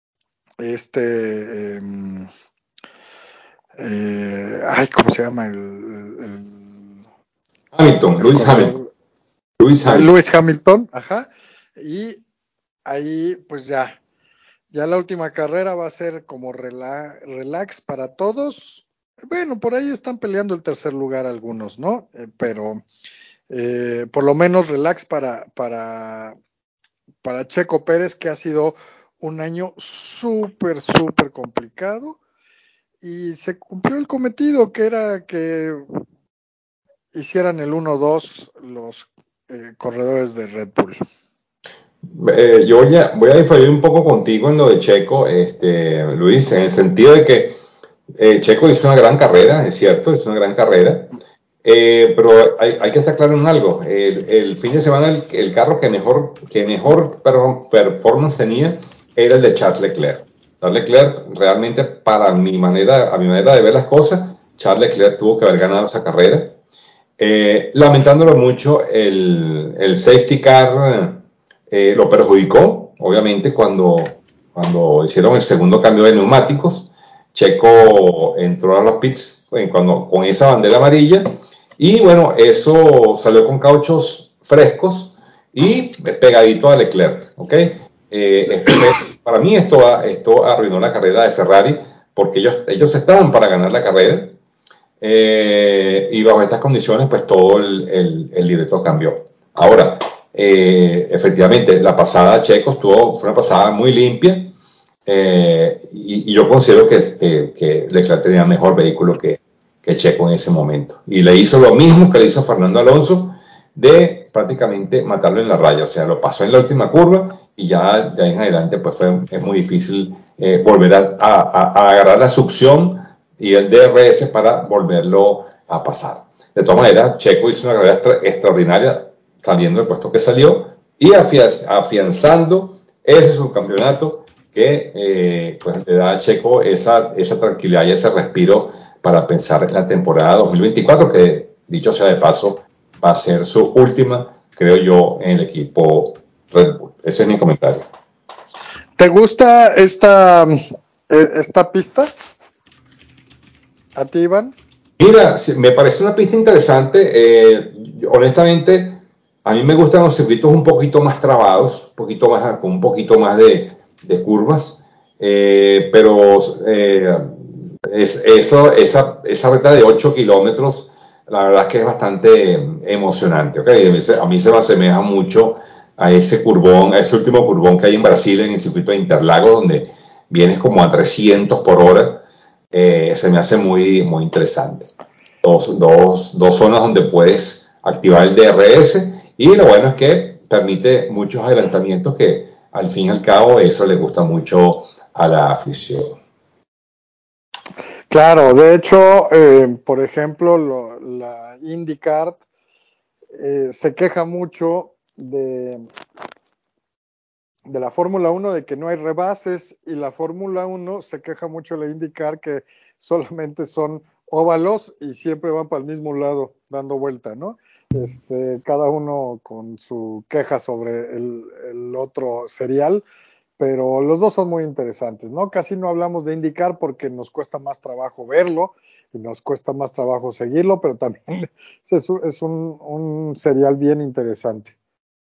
¿cómo se llama? Lewis Hamilton, ajá, y ahí pues ya la última carrera va a ser como relax para todos. Bueno, por ahí están peleando el tercer lugar algunos, ¿no? Pero por lo menos relax para Checo Pérez, que ha sido un año súper complicado, y se cumplió el cometido, que era que hicieran el 1-2 los corredores de Red Bull.
Yo voy a diferir un poco contigo en lo de Checo, Luis, en el sentido de que Checo hizo una gran carrera, es cierto, hizo una gran carrera, pero hay que estar claro en algo. El fin de semana el carro que mejor performance tenía era el de Charles Leclerc. Charles Leclerc realmente, a mi manera de ver las cosas, Charles Leclerc tuvo que haber ganado esa carrera. Lamentándolo mucho, el safety car lo perjudicó, obviamente, cuando hicieron el segundo cambio de neumáticos. Checo entró a los pits con esa bandera amarilla y bueno, eso salió con cauchos frescos y pegadito a Leclerc, ¿ok? Para mí esto arruinó la carrera de Ferrari porque ellos estaban para ganar la carrera. Y bajo estas condiciones, pues todo el libreto cambió. Ahora, efectivamente, la pasada Checo fue una pasada muy limpia, y yo considero que Leclerc tenía mejor vehículo que Checo en ese momento. Y le hizo lo mismo que le hizo Fernando Alonso, de prácticamente matarlo en la raya. O sea, lo pasó en la última curva y ya de ahí en adelante pues es muy difícil volver a agarrar la succión y el DRS para volverlo a pasar. De todas maneras, Checo hizo una carrera extraordinaria saliendo del puesto que salió y afianzando ese subcampeonato que pues le da a Checo esa tranquilidad y ese respiro para pensar en la temporada 2024, que dicho sea de paso va a ser su última, creo yo, en el equipo Red Bull. Ese es mi comentario.
¿Te gusta esta pista? ¿A ti, Iván?
Mira, me parece una pista interesante. Honestamente, a mí me gustan los circuitos un poquito más trabados, con un poquito más de curvas, pero esa recta de 8 kilómetros, la verdad es que es bastante emocionante. ¿Okay? A mí se me asemeja mucho a ese curvón, a ese último curvón que hay en Brasil en el circuito de Interlagos, donde vienes como a 300 por hora. Se me hace muy, muy interesante. Dos zonas donde puedes activar el DRS y lo bueno es que permite muchos adelantamientos que al fin y al cabo eso le gusta mucho a la afición.
Claro, de hecho, por ejemplo, la IndyCar se queja mucho de la Fórmula 1 de que no hay rebases y la Fórmula 1 se queja mucho de la IndyCar que solamente son óvalos y siempre van para el mismo lado dando vuelta, ¿no? Cada uno con su queja sobre el otro serial, pero los dos son muy interesantes, ¿no? Casi no hablamos de IndyCar porque nos cuesta más trabajo verlo y nos cuesta más trabajo seguirlo, pero también es un serial bien interesante.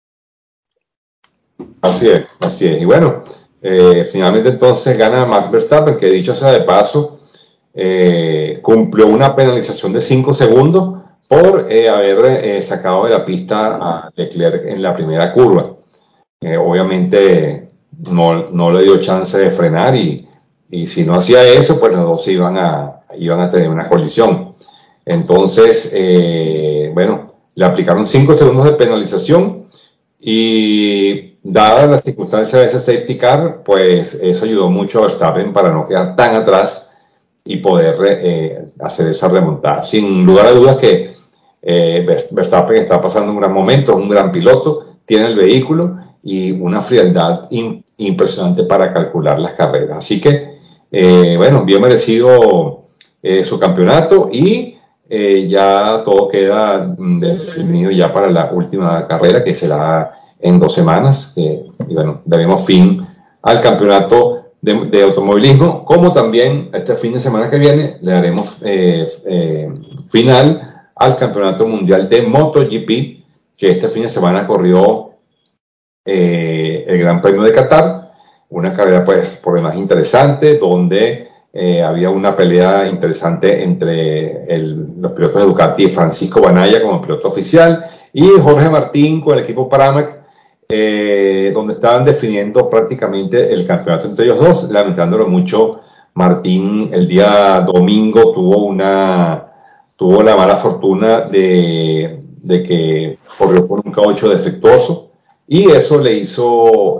Así es, así es. Y bueno, finalmente entonces gana Max Verstappen, que dicho sea de paso, cumplió una penalización de 5 segundos por haber sacado de la pista a Leclerc en la primera curva. Obviamente no le dio chance de frenar y si no hacía eso, pues los dos iban a tener una colisión. Entonces, bueno, le aplicaron 5 segundos de penalización y dadas las circunstancias de ese safety car, pues eso ayudó mucho a Verstappen para no quedar tan atrás y poder hacer esa remontada. Sin lugar a dudas que Verstappen está pasando un gran momento, es un gran piloto, tiene el vehículo y una frialdad impresionante para calcular las carreras. Así que, bueno, bien merecido su campeonato y ya todo queda definido ya para la última carrera que será en 2 semanas. Y bueno, daremos fin al campeonato de automovilismo, como también este fin de semana que viene le daremos final al campeonato mundial de MotoGP, que este fin de semana corrió el Gran Premio de Qatar, una carrera pues por demás interesante, donde había una pelea interesante entre los pilotos de Ducati y Francisco Banaya como piloto oficial y Jorge Martín con el equipo Pramac, donde estaban definiendo prácticamente el campeonato entre ellos dos. Lamentándolo mucho, Martín el día domingo tuvo la mala fortuna de que corrió por un caucho defectuoso y eso le hizo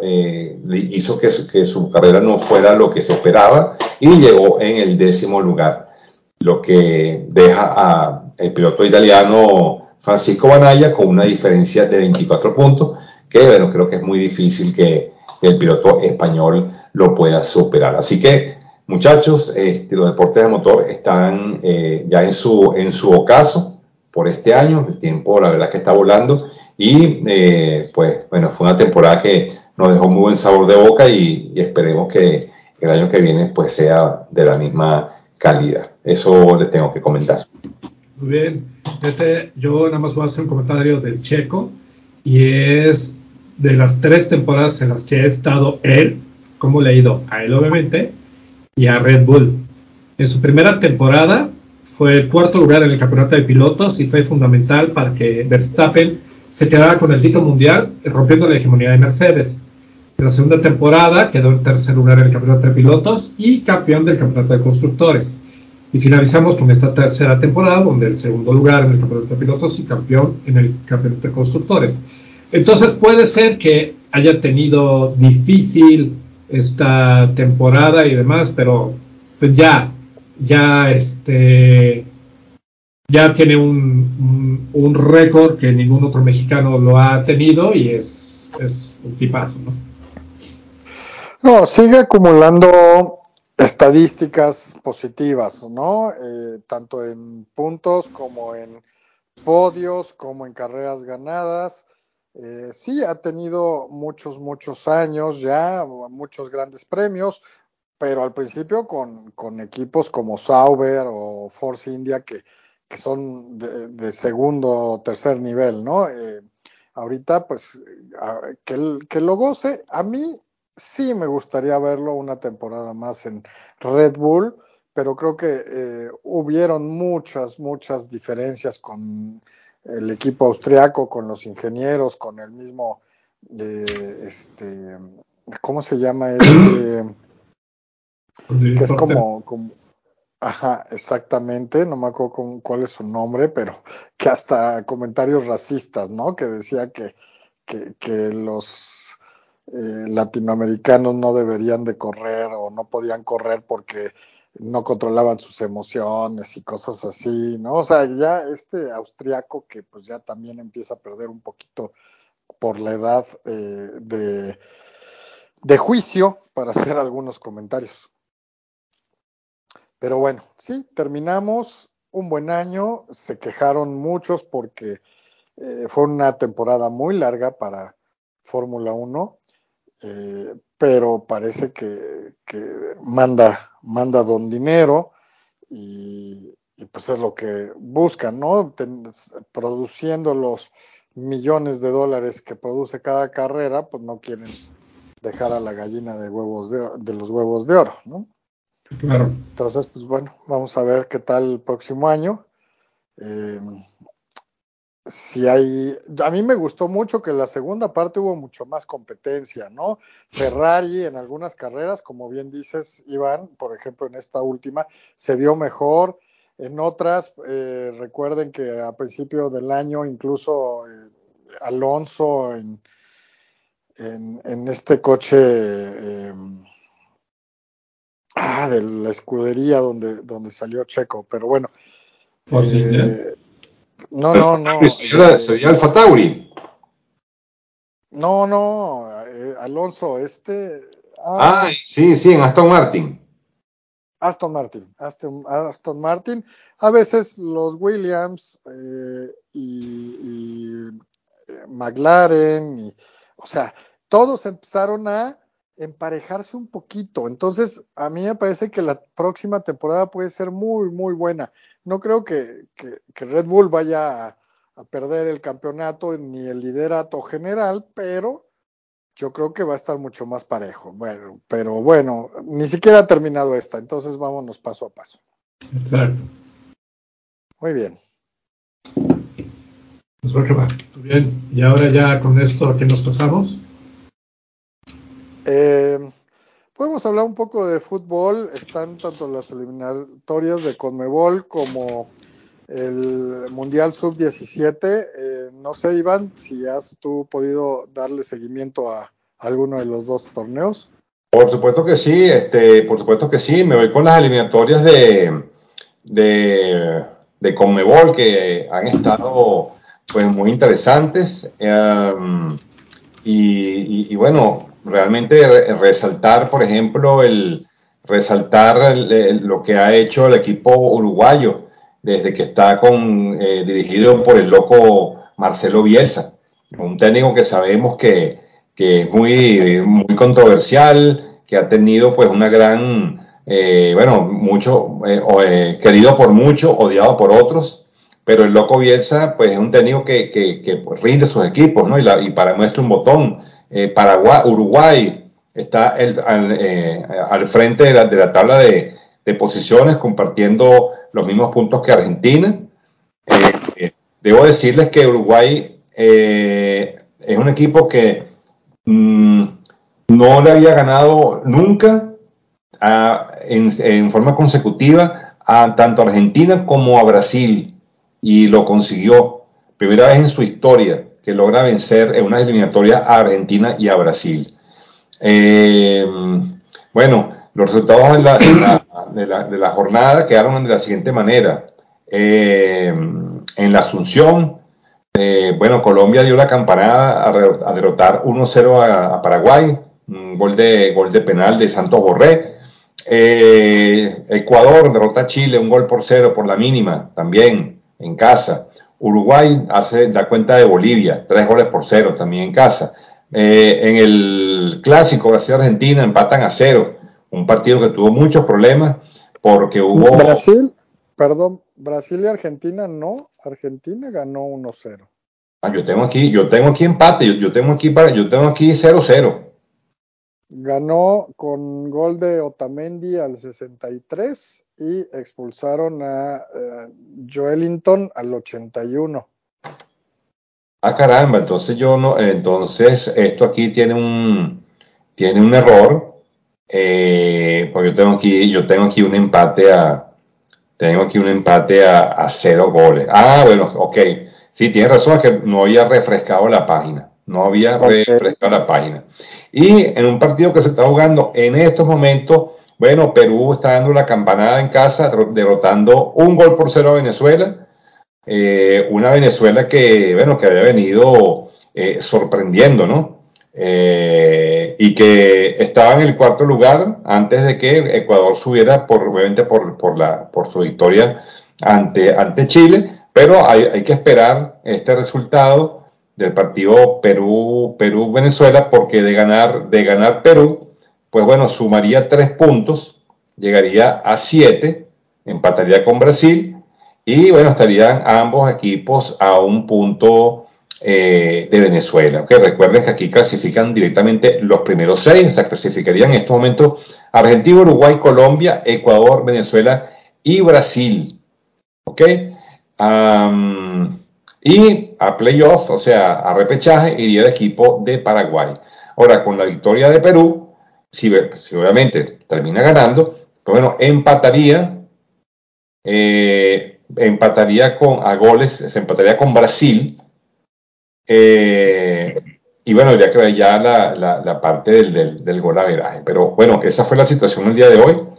que su carrera no fuera lo que se esperaba y llegó en el 10º lugar, lo que deja al piloto italiano Francisco Banaya con una diferencia de 24 puntos, que bueno, creo que es muy difícil que el piloto español lo pueda superar. Así que, muchachos, los deportes de motor están ya en su ocaso por este año. El tiempo, la verdad, que está volando. Y pues bueno, fue una temporada que nos dejó muy buen sabor de boca y esperemos que el año que viene pues sea de la misma calidad. Eso les tengo que comentar.
Muy bien. Yo nada más voy a hacer un comentario del Checo y es de las 3 temporadas en las que ha estado él, cómo le ha ido a él obviamente y a Red Bull. En su primera temporada fue el 4º lugar en el campeonato de pilotos y fue fundamental para que Verstappen se quedara con el título mundial, rompiendo la hegemonía de Mercedes. En la segunda temporada quedó en 3er lugar en el campeonato de pilotos y campeón del campeonato de constructores. Y finalizamos con esta 3ª temporada, donde el 2º lugar en el campeonato de pilotos y campeón en el campeonato de constructores. Entonces puede ser que haya tenido difícil esta temporada y demás, pero pues ya tiene un récord que ningún otro mexicano lo ha tenido y es un tipazo, ¿no?
No, sigue acumulando estadísticas positivas, ¿no? Tanto en puntos como en podios como en carreras ganadas. Sí, ha tenido muchos años ya, muchos grandes premios, pero al principio con equipos como Sauber o Force India que son de segundo o tercer nivel, ¿no? Ahorita, pues, que lo goce. A mí sí me gustaría verlo una temporada más en Red Bull, pero creo que hubieron muchas diferencias con el equipo austriaco, con los ingenieros, con el mismo, ¿cómo se llama que es como, ajá, exactamente, no me acuerdo cuál es su nombre, pero que hasta comentarios racistas, ¿no? Que decía que los latinoamericanos no deberían de correr o no podían correr porque no controlaban sus emociones y cosas así, ¿no? O sea, ya este austriaco que pues ya también empieza a perder un poquito por la edad de juicio para hacer algunos comentarios. Pero bueno, sí, terminamos un buen año, se quejaron muchos porque fue una temporada muy larga para Fórmula 1, pero parece que manda don dinero y pues es lo que buscan, ¿no? Produciendo los millones de dólares que produce cada carrera, pues no quieren dejar a la gallina de los huevos de oro, ¿no?
Claro.
Entonces, pues bueno, vamos a ver qué tal el próximo año. Eh, si hay, a mí me gustó mucho que la segunda parte hubo mucho más competencia, ¿no? Ferrari en algunas carreras, como bien dices, Iván, por ejemplo, en esta última, se vio mejor. En otras, recuerden que a principio del año, incluso Alonso en este coche de la escudería donde salió Checo, pero bueno.
Fácil,
No.
Sería Alfa Tauri.
No, Alonso,
Sí, en Aston Martin.
Aston Martin. A veces los Williams y McLaren, o sea, todos empezaron a emparejarse un poquito. Entonces, a mí me parece que la próxima temporada puede ser muy buena. No creo que Red Bull vaya a perder el campeonato ni el liderato general, pero yo creo que va a estar mucho más parejo. Bueno, pero bueno, ni siquiera ha terminado esta, entonces vámonos paso a paso.
exacto.
Muy bien.
Pues creo que va. Muy bien. Y ahora ya con esto, ¿a qué nos pasamos?
Podemos hablar un poco de fútbol. Están tanto las eliminatorias de Conmebol como el Mundial Sub-17. No sé, Iván, si has tú podido darle seguimiento a alguno de los dos torneos.
Por supuesto que sí, por supuesto que sí. Me voy con las eliminatorias de, de Conmebol que han estado pues muy interesantes. Y bueno, realmente resaltar, por ejemplo, lo que ha hecho el equipo uruguayo desde que está dirigido por el loco Marcelo Bielsa, un técnico que sabemos que es muy controversial, que ha tenido pues una gran, querido por muchos, odiado por otros, pero el loco Bielsa pues es un técnico que pues, rinde sus equipos, ¿no? Y para muestra un botón, Uruguay está al frente de la tabla de posiciones compartiendo los mismos puntos que Argentina. Debo decirles que Uruguay es un equipo que no le había ganado nunca en forma consecutiva a tanto a Argentina como a Brasil y lo consiguió. Primera vez en su historia que logra vencer en una eliminatoria a Argentina y a Brasil. Bueno, los resultados de la jornada quedaron de la siguiente manera. En la Asunción, bueno, Colombia dio la campanada a derrotar 1-0 a Paraguay, un gol de penal de Santos Borré. Ecuador derrota a Chile 1-0 por la mínima, también en casa. Uruguay da cuenta de Bolivia, 3-0 también en casa. En el clásico Brasil-Argentina empatan a 0, un partido que tuvo muchos problemas porque hubo...
Brasil y Argentina no, Argentina ganó 1-0.
Yo tengo aquí empate, yo tengo aquí 0-0.
Ganó con gol de Otamendi al 63 y expulsaron a Joelinton al 81.
Ah, caramba, entonces yo no, entonces esto aquí tiene un error, porque yo tengo aquí un empate a 0 goles. Ah, bueno, ok. Sí, tienes razón, es que no había refrescado la página. No había
Okay.
refrescado la página. Y en un partido que se está jugando en estos momentos, bueno, Perú está dando la campanada en casa, derrotando 1-0 a Venezuela. Una Venezuela que, bueno, que había venido sorprendiendo, ¿no? Y que estaba en el cuarto lugar antes de que Ecuador subiera, obviamente por su victoria ante Chile, pero hay que esperar este resultado del partido Perú-Venezuela, porque de ganar Perú, pues bueno, sumaría 3 puntos, llegaría a 7, empataría con Brasil, y bueno, estarían ambos equipos a un punto de Venezuela. Okay, recuerden que aquí clasifican directamente los primeros 6, o sea, clasificarían en estos momentos Argentina, Uruguay, Colombia, Ecuador, Venezuela y Brasil. ¿Ok? Y a playoff, o sea, a repechaje, iría el equipo de Paraguay. Ahora, con la victoria de Perú, si obviamente termina ganando, pues bueno, empataría a goles, se empataría con Brasil, y bueno, habría que ver ya la parte del golaveraje. Pero bueno, esa fue la situación el día de hoy,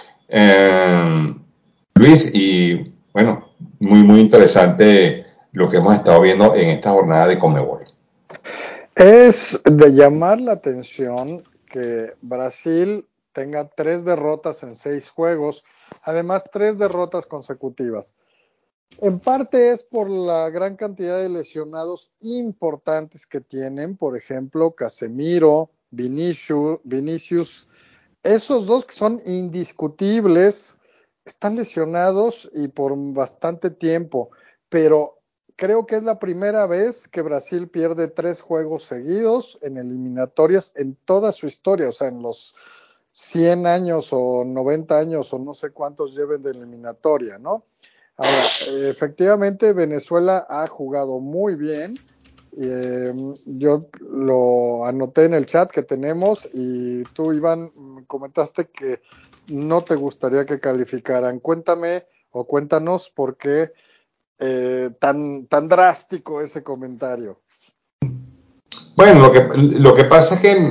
Luis, y bueno, muy interesante lo que hemos estado viendo en esta jornada de Conmebol.
Es de llamar la atención que Brasil tenga 3 derrotas en 6 juegos, además 3 derrotas consecutivas. En parte es por la gran cantidad de lesionados importantes que tienen, por ejemplo, Casemiro, Vinicius, esos dos que son indiscutibles, están lesionados y por bastante tiempo, pero creo que es la primera vez que Brasil pierde 3 juegos seguidos en eliminatorias en toda su historia, o sea, en los 100 años o 90 años o no sé cuántos lleven de eliminatoria, ¿no? Ahora, efectivamente, Venezuela ha jugado muy bien. Yo lo anoté en el chat que tenemos y tú, Iván, comentaste que no te gustaría que calificaran. Cuéntame o cuéntanos por qué tan drástico ese comentario.
Bueno, lo que pasa es que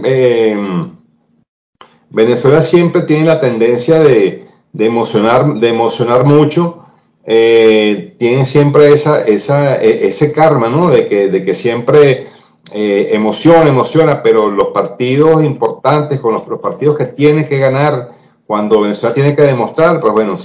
Venezuela siempre tiene la tendencia de emocionar mucho. Tienen siempre ese karma, ¿no? De que siempre emociona, pero los partidos importantes, con los partidos que tiene que ganar, cuando Venezuela tiene que demostrar, pues bueno,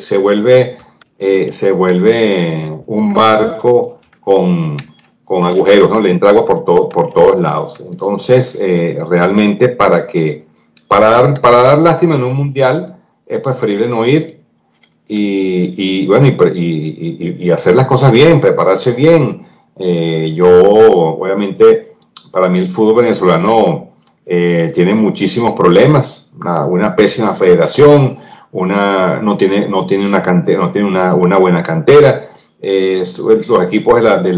se vuelve un barco con agujeros, ¿no? Le entra agua por todos lados. Entonces, realmente para dar lástima en un mundial es preferible no ir, bueno, y hacer las cosas bien, prepararse bien. Yo, obviamente, para mí el fútbol venezolano tiene muchísimos problemas, una pésima federación, no tiene una cantera, no tiene una buena cantera. Los equipos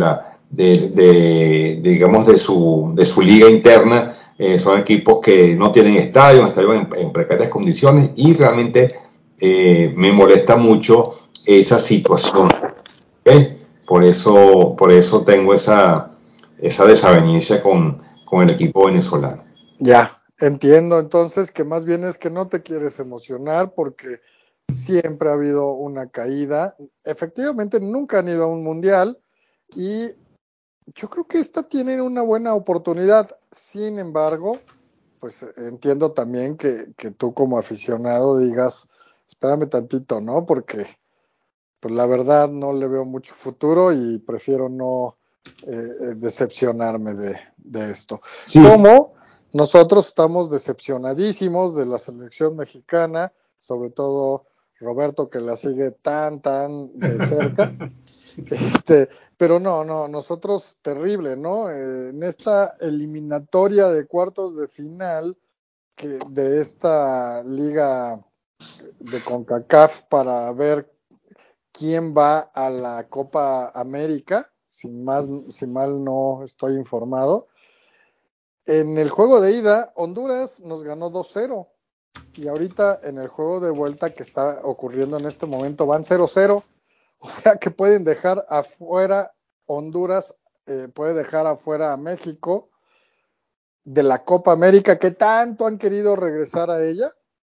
digamos, de su liga interna, son equipos que no tienen estadios en precarias condiciones, y realmente me molesta mucho esa situación. ¿Okay? Por eso tengo esa desaveniencia con el equipo venezolano.
Ya, entiendo entonces que más bien es que no te quieres emocionar porque siempre ha habido una caída. Efectivamente, nunca han ido a un mundial y yo creo que esta tiene una buena oportunidad. Sin embargo, pues entiendo también que tú como aficionado digas, espérame tantito, ¿no? Porque pues la verdad no le veo mucho futuro y prefiero no decepcionarme de esto.
Sí.
Como nosotros estamos decepcionadísimos de la selección mexicana, sobre todo Roberto, que la sigue tan de cerca. Pero no, nosotros terrible, ¿no? En esta eliminatoria de cuartos de final de esta liga de CONCACAF para ver quién va a la Copa América, si mal no estoy informado. En el juego de ida, Honduras nos ganó 2-0 y ahorita en el juego de vuelta que está ocurriendo en este momento van 0-0. O sea que pueden dejar afuera Honduras, puede dejar afuera a México de la Copa América que tanto han querido regresar a ella.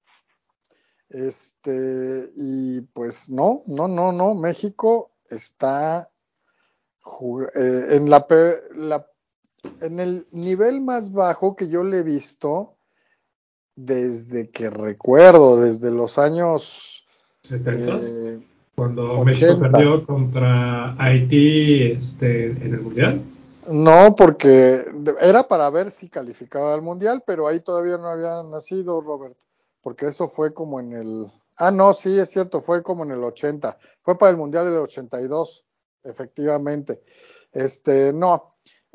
Y pues no, México está en el nivel más bajo que yo le he visto desde que recuerdo, desde los años
70, cuando
80.
México perdió contra Haití en el Mundial.
No, porque era para ver si calificaba al Mundial, pero ahí todavía no había nacido Robert, porque eso fue como en el... Ah, no, sí, es cierto, fue como en el 80, fue para el Mundial del 82, efectivamente. No,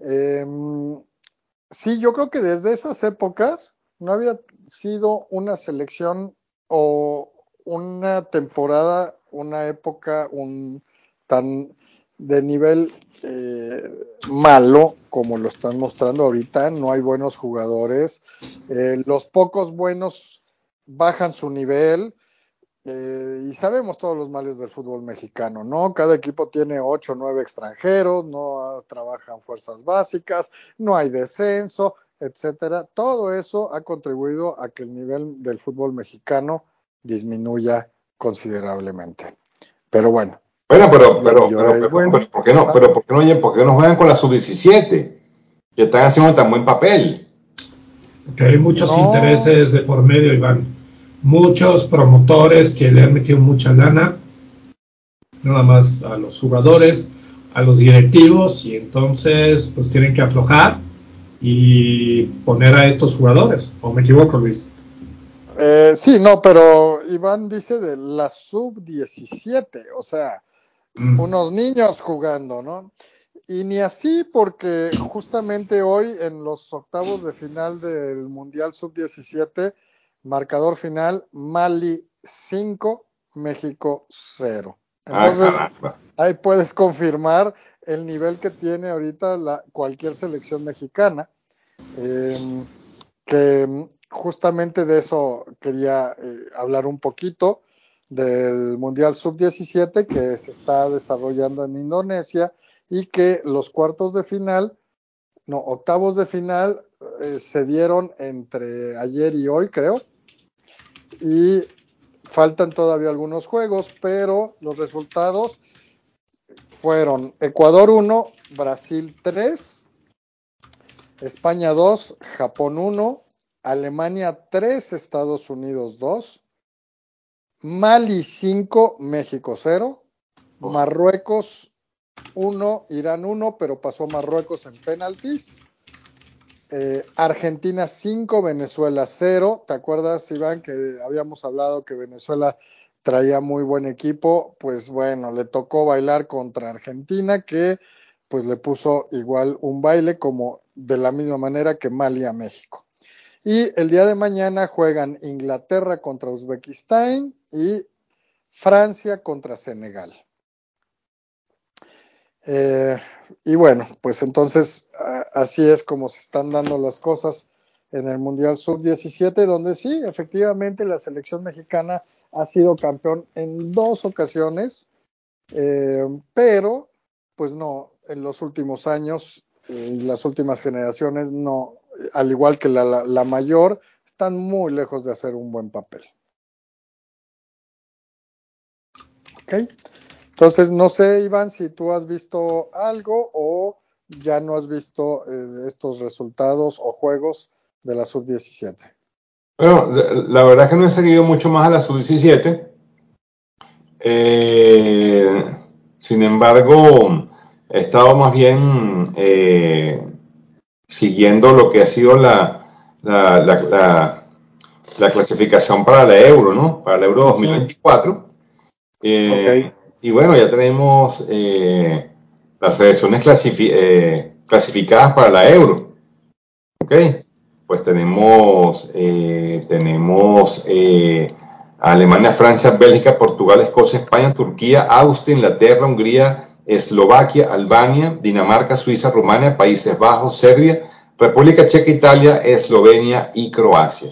sí, yo creo que desde esas épocas no había sido una selección o una temporada, una época tan de nivel malo como lo están mostrando ahorita. No hay buenos jugadores, los pocos buenos bajan su nivel. Y sabemos todos los males del fútbol mexicano, ¿no? Cada equipo tiene 8 o 9 extranjeros, no trabajan fuerzas básicas, no hay descenso, etcétera. Todo eso ha contribuido a que el nivel del fútbol mexicano disminuya considerablemente. Pero bueno.
Bueno, pero,
Bueno.
¿por qué no? Pero ¿por qué no juegan con la sub-17? Que están haciendo tan buen papel.
Porque hay muchos intereses de por medio, Iván. Muchos promotores que le han metido mucha lana, nada más a los jugadores, a los directivos, y entonces pues tienen que aflojar y poner a estos jugadores. ¿O me equivoco, Luis?
Sí, no, pero Iván dice de la sub-17, o sea, unos niños jugando, ¿no? Y ni así, porque justamente hoy en los octavos de final del Mundial Sub-17, marcador final, Mali 5, México 0. Entonces, ahí puedes confirmar el nivel que tiene ahorita cualquier selección mexicana, que justamente de eso quería hablar un poquito, del Mundial Sub-17 que se está desarrollando en Indonesia y que los octavos de final se dieron entre ayer y hoy, creo, y faltan todavía algunos juegos, pero los resultados fueron Ecuador 1, Brasil 3, España 2, Japón 1, Alemania 3, Estados Unidos 2, Mali 5, México 0, Marruecos 1, Irán 1, pero pasó Marruecos en penaltis. Argentina 5, Venezuela 0. ¿Te acuerdas, Iván, que habíamos hablado que Venezuela traía muy buen equipo? Pues bueno, le tocó bailar contra Argentina, que pues le puso igual un baile como de la misma manera que Mali a México. Y el día de mañana juegan Inglaterra contra Uzbekistán y Francia contra Senegal. Y bueno, pues entonces así es como se están dando las cosas en el Mundial Sub-17, donde sí, efectivamente la selección mexicana ha sido campeón en 2 ocasiones, pero pues no, en los últimos años y las últimas generaciones no, al igual que la mayor, están muy lejos de hacer un buen papel. ¿Ok? Entonces, no sé, Iván, si tú has visto algo o ya no has visto estos resultados o juegos de la Sub-17.
Bueno, la verdad es que no he seguido mucho más a la sub-17. Sin embargo, he estado más bien siguiendo lo que ha sido la clasificación para la Euro, ¿no? Para la Euro 2024.
Ok.
Y bueno, ya tenemos las selecciones clasificadas para la Euro. ¿Ok? Pues tenemos Alemania, Francia, Bélgica, Portugal, Escocia, España, Turquía, Austria, Inglaterra, Hungría, Eslovaquia, Albania, Dinamarca, Suiza, Rumania, Países Bajos, Serbia, República Checa, Italia, Eslovenia y Croacia.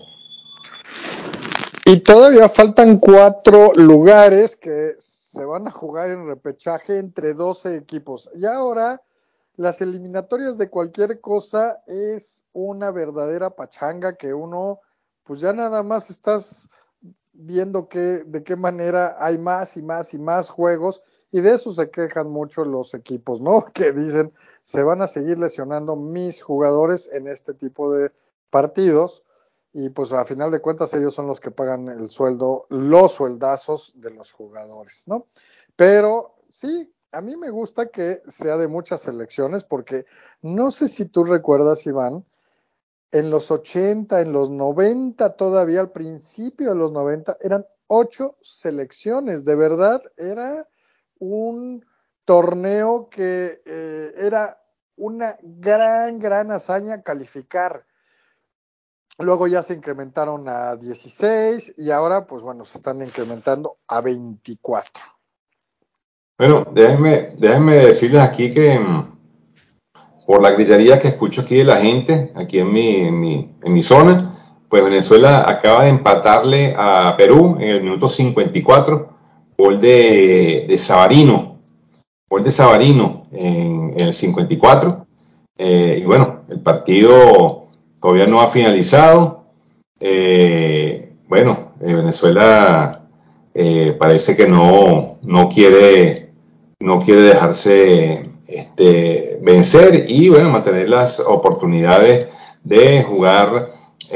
Y todavía faltan 4 lugares que se van a jugar en repechaje entre 12 equipos. Y ahora las eliminatorias de cualquier cosa es una verdadera pachanga que uno, pues ya nada más estás viendo de qué manera hay más y más y más juegos, y de eso se quejan mucho los equipos, ¿no? Que dicen, se van a seguir lesionando mis jugadores en este tipo de partidos, y pues a final de cuentas ellos son los que pagan el sueldo, los sueldazos de los jugadores, ¿no? Pero sí, a mí me gusta que sea de muchas selecciones, porque no sé si tú recuerdas, Iván, en los 80, en los 90 todavía, al principio de los 90, eran 8 selecciones. De verdad, era un torneo que era una gran hazaña calificar. Luego ya se incrementaron a 16 y ahora, pues bueno, se están incrementando a 24.
Bueno, déjenme decirles aquí que por la gritería que escucho aquí de la gente, aquí en mi zona, pues Venezuela acaba de empatarle a Perú en el minuto 54, gol de Savarino, en el 54. Y bueno, el partido todavía no ha finalizado. Venezuela parece que no quiere dejarse vencer y bueno, mantener las oportunidades de jugar,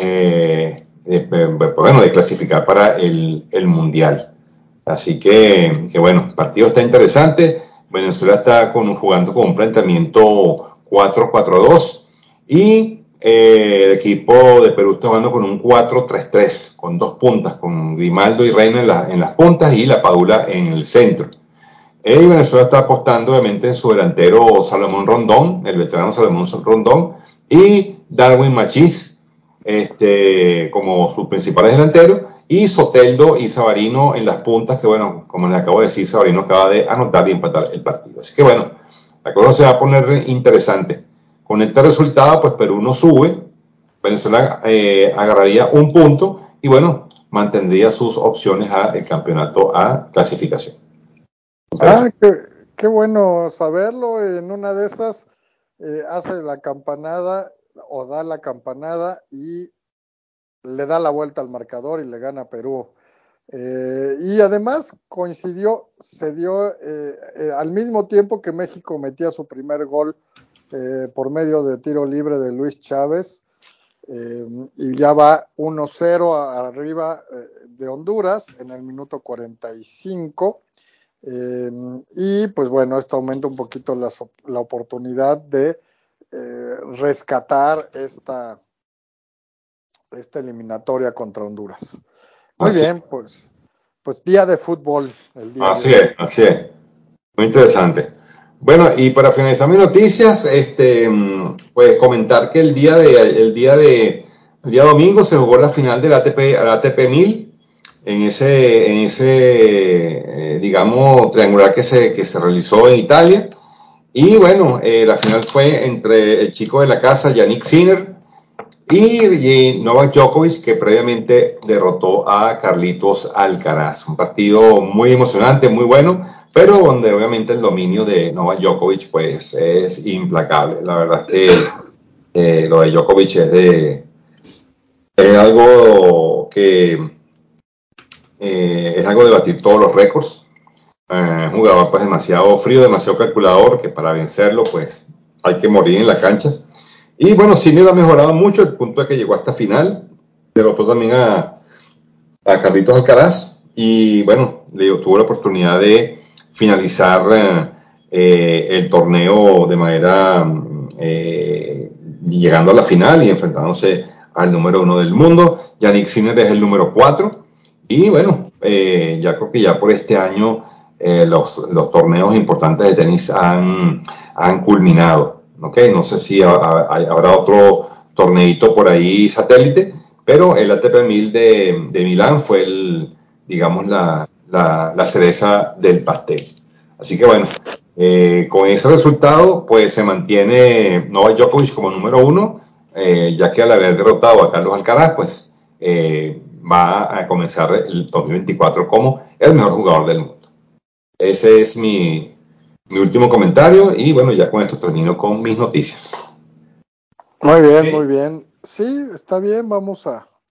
de clasificar para el Mundial. Así que bueno, el partido está interesante. Venezuela está jugando con un planteamiento 4-4-2 y el equipo de Perú está jugando con un 4-3-3, con 2 puntas, con Grimaldo y Reina en las puntas y La Padula en el centro. Y Venezuela está apostando obviamente en su delantero Salomón Rondón, el veterano Salomón Rondón, y Darwin Machís como sus principales delanteros, y Soteldo y Savarino en las puntas, que bueno, como les acabo de decir, Savarino acaba de anotar y empatar el partido. Así que bueno, la cosa se va a poner interesante. Con este resultado, pues Perú no sube, Venezuela agarraría un punto y bueno, mantendría sus opciones al campeonato a clasificación.
Ah, qué bueno saberlo. En una de esas hace la campanada o da la campanada y le da la vuelta al marcador y le gana a Perú. Y además se dio al mismo tiempo que México metía su primer gol por medio de tiro libre de Luis Chávez. Y ya va 1-0 arriba de Honduras en el minuto 45. Y pues bueno, esto aumenta un poquito la oportunidad de rescatar esta eliminatoria contra Honduras. Muy
Así,
bien, pues día de fútbol el día de
así
hoy.
es, así es. Muy interesante. Bueno, y para finalizar mis noticias, pues comentar que el día domingo se jugó la final del ATP 1000 digamos, triangular que se realizó en Italia. Y bueno, la final fue entre el chico de la casa, Yannick Sinner, y Novak Djokovic, que previamente derrotó a Carlitos Alcaraz. Un partido muy emocionante, muy bueno, pero donde obviamente el dominio de Novak Djokovic pues es implacable. La verdad es que lo de Djokovic es algo que es algo de batir todos los récords. Un jugador pues demasiado frío, demasiado calculador, que para vencerlo pues hay que morir en la cancha. Y bueno, Sinner ha mejorado mucho, el punto de que llegó hasta final, derrotó también a Carlitos Alcaraz, y bueno, tuvo la oportunidad de finalizar el torneo de manera llegando a la final y enfrentándose al número 1 del mundo. Yannick Sinner es el número 4 y bueno, ya creo que ya por este año los torneos importantes de tenis han culminado. ¿Okay? No sé si habrá otro torneito por ahí satélite, pero el ATP 1000 de Milán fue digamos, la cereza del pastel. Así que bueno, con ese resultado, pues se mantiene Novak Djokovic como número 1, ya que al haber derrotado a Carlos Alcaraz, pues va a comenzar el 2024 como el mejor jugador del mundo. Ese es mi último comentario y bueno, ya con esto termino con mis noticias.
Muy bien, muy bien. Sí, está bien, vamos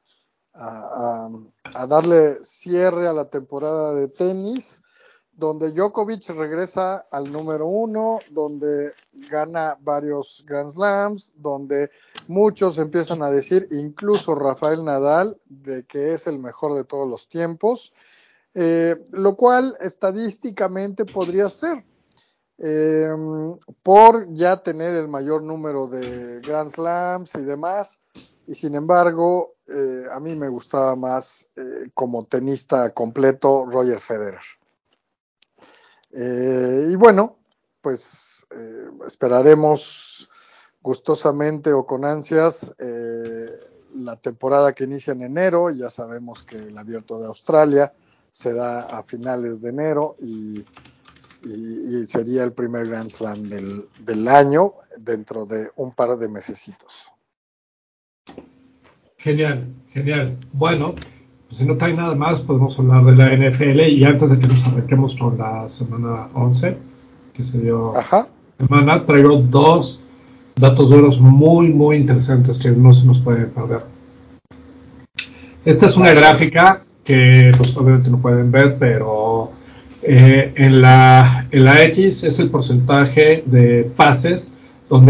a darle cierre a la temporada de tenis, donde Djokovic regresa al número 1, donde gana varios Grand Slams, donde muchos empiezan a decir, incluso Rafael Nadal, de que es el mejor de todos los tiempos, lo cual estadísticamente podría ser, por ya tener el mayor número de Grand Slams y demás, y sin embargo, a mí me gustaba más como tenista completo Roger Federer. Y bueno, pues esperaremos gustosamente o con ansias la temporada que inicia en enero. Ya sabemos que el Abierto de Australia se da a finales de enero y sería el primer Grand Slam del año dentro de un par de mesecitos.
Genial, genial. Bueno, pues si no trae nada más, podemos hablar de la NFL y antes de que nos arranquemos con la semana 11, que se dio semana, traigo dos datos duros muy, muy interesantes que no se nos pueden perder. Esta es una gráfica que pues obviamente no pueden ver, pero en la X es el porcentaje de pases donde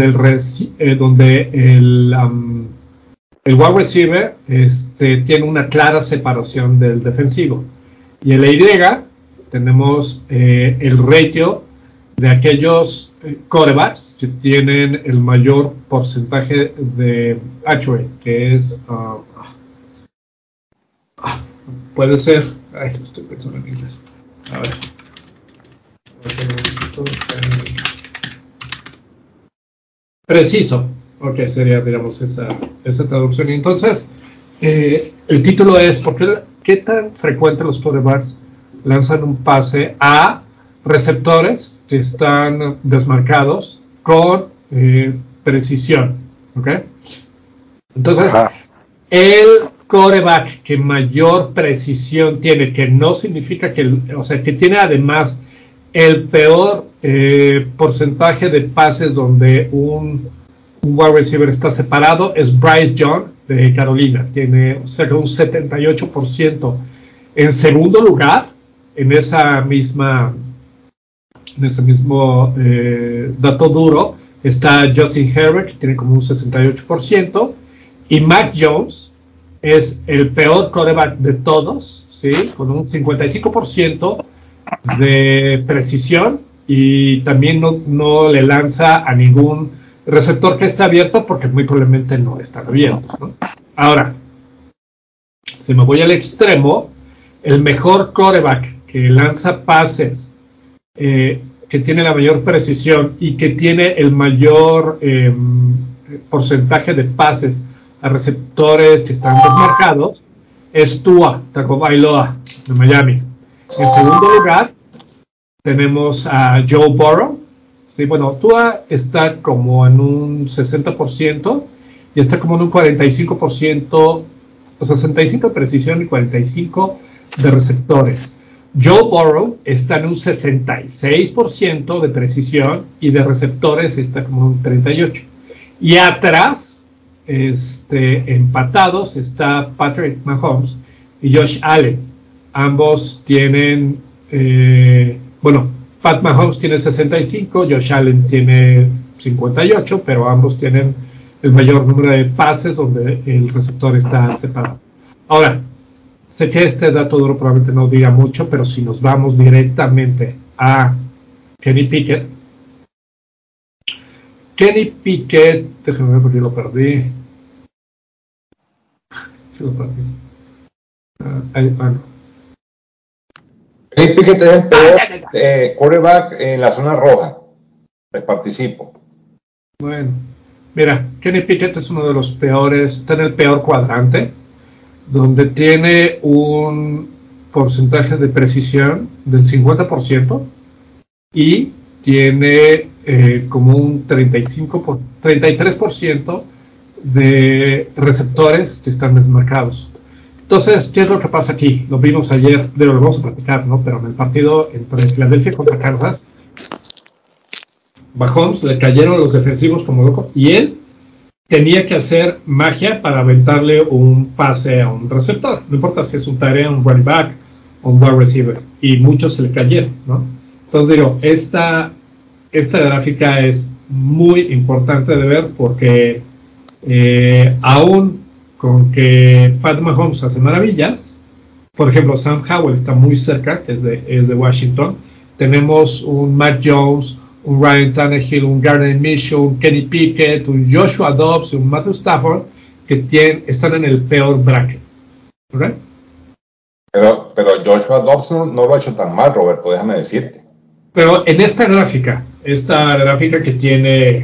el wide receiver tiene una clara separación del defensivo. Y en la Y tenemos el ratio de aquellos quarterbacks que tienen el mayor porcentaje de accuracy, que es puede ser, ay, estoy pensando en inglés. A ver. Preciso. Ok, sería, digamos, esa traducción. Y entonces, el título es ¿qué tan frecuente los quarterbacks lanzan un pase a receptores que están desmarcados con precisión? ¿Ok? Entonces, el quarterback que mayor precisión tiene, que no significa que tiene además el peor porcentaje de pases donde un wide receiver está separado, es Bryce Young de Carolina, tiene cerca de un 78%. En segundo lugar, en ese mismo dato duro, está Justin Herbert, que tiene como un 68%, y Mac Jones es el peor quarterback de todos, ¿sí? Con un 55% de precisión y también no le lanza a ningún receptor que esté abierto porque muy probablemente no están abiertos, ¿no? Ahora, si me voy al extremo, el mejor quarterback que lanza pases, que tiene la mayor precisión y que tiene el mayor porcentaje de pases a receptores que están desmarcados, es Tua Tagovailoa de Miami. En segundo lugar, tenemos a Joe Burrow. Sí, bueno, Tua está como en un 60% y está como en un 45%, o 65% de precisión y 45% de receptores. Joe Burrow está en un 66% de precisión y de receptores está como en un 38%. Y atrás, empatados, está Patrick Mahomes y Josh Allen. Ambos tienen, Pat Mahomes tiene 65, Josh Allen tiene 58, pero ambos tienen el mayor número de pases donde el receptor está separado. Ahora, sé que este dato duro probablemente no diga mucho, pero si nos vamos directamente a Kenny Pickett, déjame ver porque lo perdí. Sí, lo perdí. No.
Kenny Pickett es el peor quarterback en la zona roja. Les participo.
Bueno, mira, Kenny Pickett es uno de los peores, está en el peor cuadrante, donde tiene un porcentaje de precisión del 50% y tiene como un 33% de receptores que están desmarcados. Entonces, ¿qué es lo que pasa aquí? Lo vimos ayer, lo vamos a platicar, ¿no? Pero en el partido entre Filadelfia contra Kansas, Mahomes le cayeron los defensivos como locos y él tenía que hacer magia para aventarle un pase a un receptor. No importa si es un tarea, un running back o un wide receiver. Y muchos se le cayeron, ¿no? Entonces digo, esta gráfica es muy importante de ver porque aún con que Pat Mahomes hace maravillas, por ejemplo, Sam Howell está muy cerca, que es de Washington. Tenemos un Matt Jones, un Ryan Tannehill, un Gardner Minshew, un Kenny Pickett, un Joshua Dobbs, un Matthew Stafford, que están en el peor bracket. ¿Okay?
Pero Joshua Dobbs no lo ha hecho tan mal, Roberto, déjame decirte.
Pero en esta gráfica que tiene,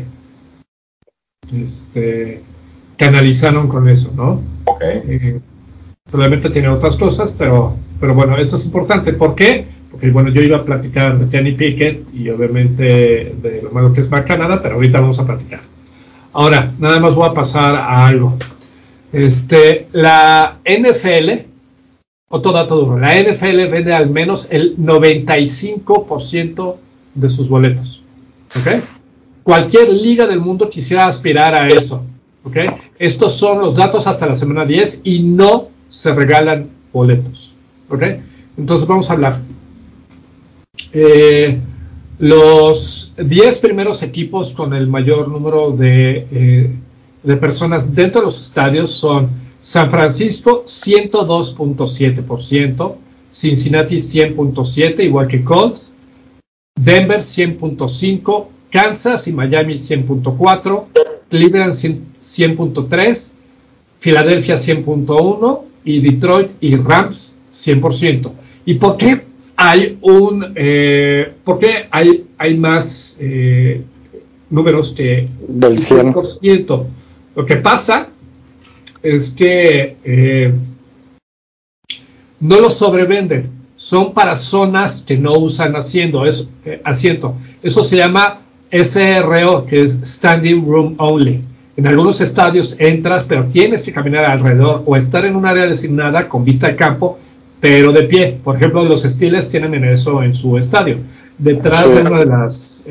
que analizaron con eso, ¿no?
Okay.
Probablemente tiene otras cosas, pero bueno, esto es importante. ¿Por qué? Porque bueno, yo iba a platicar de Kenny Pickett y obviamente de lo malo que es Mac Canada, pero ahorita vamos a platicar. Ahora, nada más voy a pasar a algo. La NFL, otro dato duro, la NFL vende al menos el 95% de sus boletos. ¿Ok? Cualquier liga del mundo quisiera aspirar a eso. ¿Ok? Estos son los datos hasta la semana 10 y no se regalan boletos. ¿Ok? Entonces vamos a hablar. Los 10 primeros equipos con el mayor número de personas dentro de los estadios son San Francisco 102.7%, Cincinnati 100.7%, igual que Colts, Denver 100.5%, Kansas y Miami 100.4%, Cleveland 100.3%, Filadelfia 100.1% y Detroit y Rams 100%. ¿Y por qué hay hay más números que
del
100%? Lo que pasa es que no los sobrevenden, son para zonas que no usan asiento. Eso se llama SRO, que es Standing Room Only. En algunos estadios entras, pero tienes que caminar alrededor o estar en un área designada con vista al campo, pero de pie. Por ejemplo, los Steelers tienen eso en su estadio. Detrás de una de las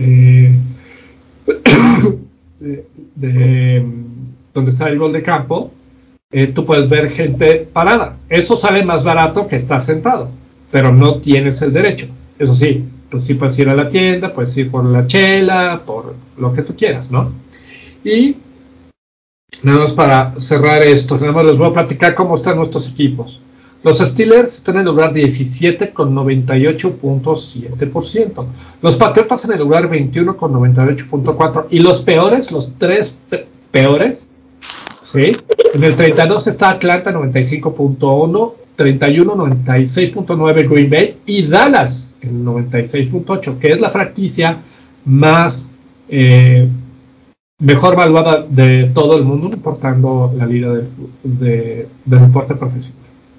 donde está el gol de campo, tú puedes ver gente parada. Eso sale más barato que estar sentado, pero no tienes el derecho. Eso sí, pues sí puedes ir a la tienda, puedes ir por la chela, por lo que tú quieras, ¿no? Y nada más para cerrar esto, nada más les voy a platicar cómo están nuestros equipos. Los Steelers están en el lugar 17 con 98.7%. Los Patriotas en el lugar 21 con 98.4%. Y los peores, los tres peores, ¿sí? En el 32 está Atlanta 95.1, 31 96.9 Green Bay y Dallas en 96.8, que es la franquicia más mejor valuada de todo el mundo, importando la liga del deporte profesional.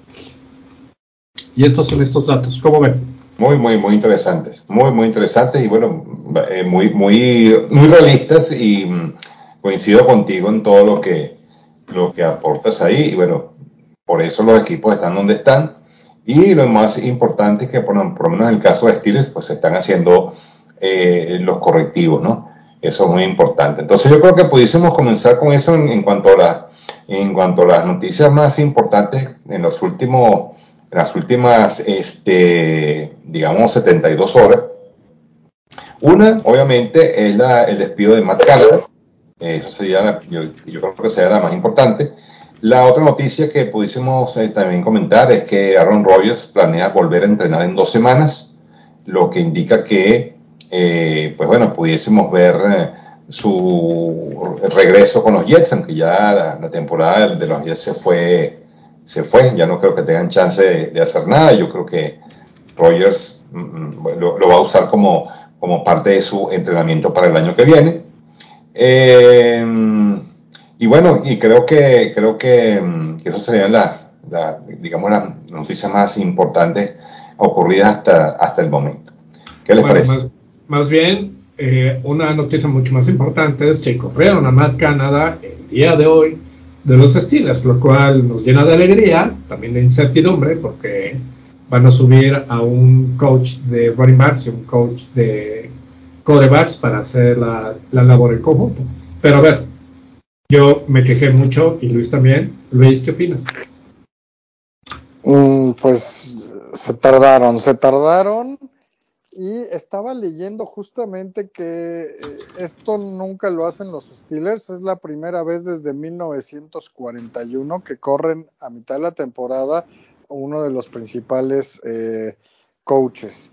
Y estos son estos datos, ¿cómo ven?
Muy interesantes, muy interesantes y bueno, muy realistas y coincido contigo en todo lo que aportas ahí y bueno, por eso los equipos están donde están y lo más importante es que por lo menos en el caso de Steelers pues se están haciendo los correctivos, ¿no? Eso es muy importante. Entonces yo creo que pudiésemos comenzar con eso en cuanto a las noticias más importantes en las últimas, digamos, 72 horas. Una, obviamente, es el despido de Matt Canada. Eso sería, yo creo que sería la más importante. La otra noticia que pudiésemos también comentar es que Aaron Rodgers planea volver a entrenar en 2 semanas, lo que indica que, pues bueno, pudiésemos ver su regreso con los Jets, aunque ya la temporada de los Jets se fue, ya no creo que tengan chance de hacer nada. Yo creo que Rodgers lo va a usar como parte de su entrenamiento para el año que viene. Y bueno, y creo que esas serían digamos, las noticias más importantes ocurridas hasta el momento. ¿Qué les
Bueno,
parece?
más bien, una noticia mucho más importante es que corrieron a Matt Canada el día de hoy de los Steelers, lo cual nos llena de alegría, también de incertidumbre, porque van a subir a un coach de running backs y un coach de quarterbacks para hacer la labor en conjunto. Pero a ver, yo me quejé mucho y Luis también. Luis, ¿qué opinas?
Pues se tardaron y estaba leyendo justamente que esto nunca lo hacen los Steelers, es la primera vez desde 1941 que corren a mitad de la temporada uno de los principales coaches.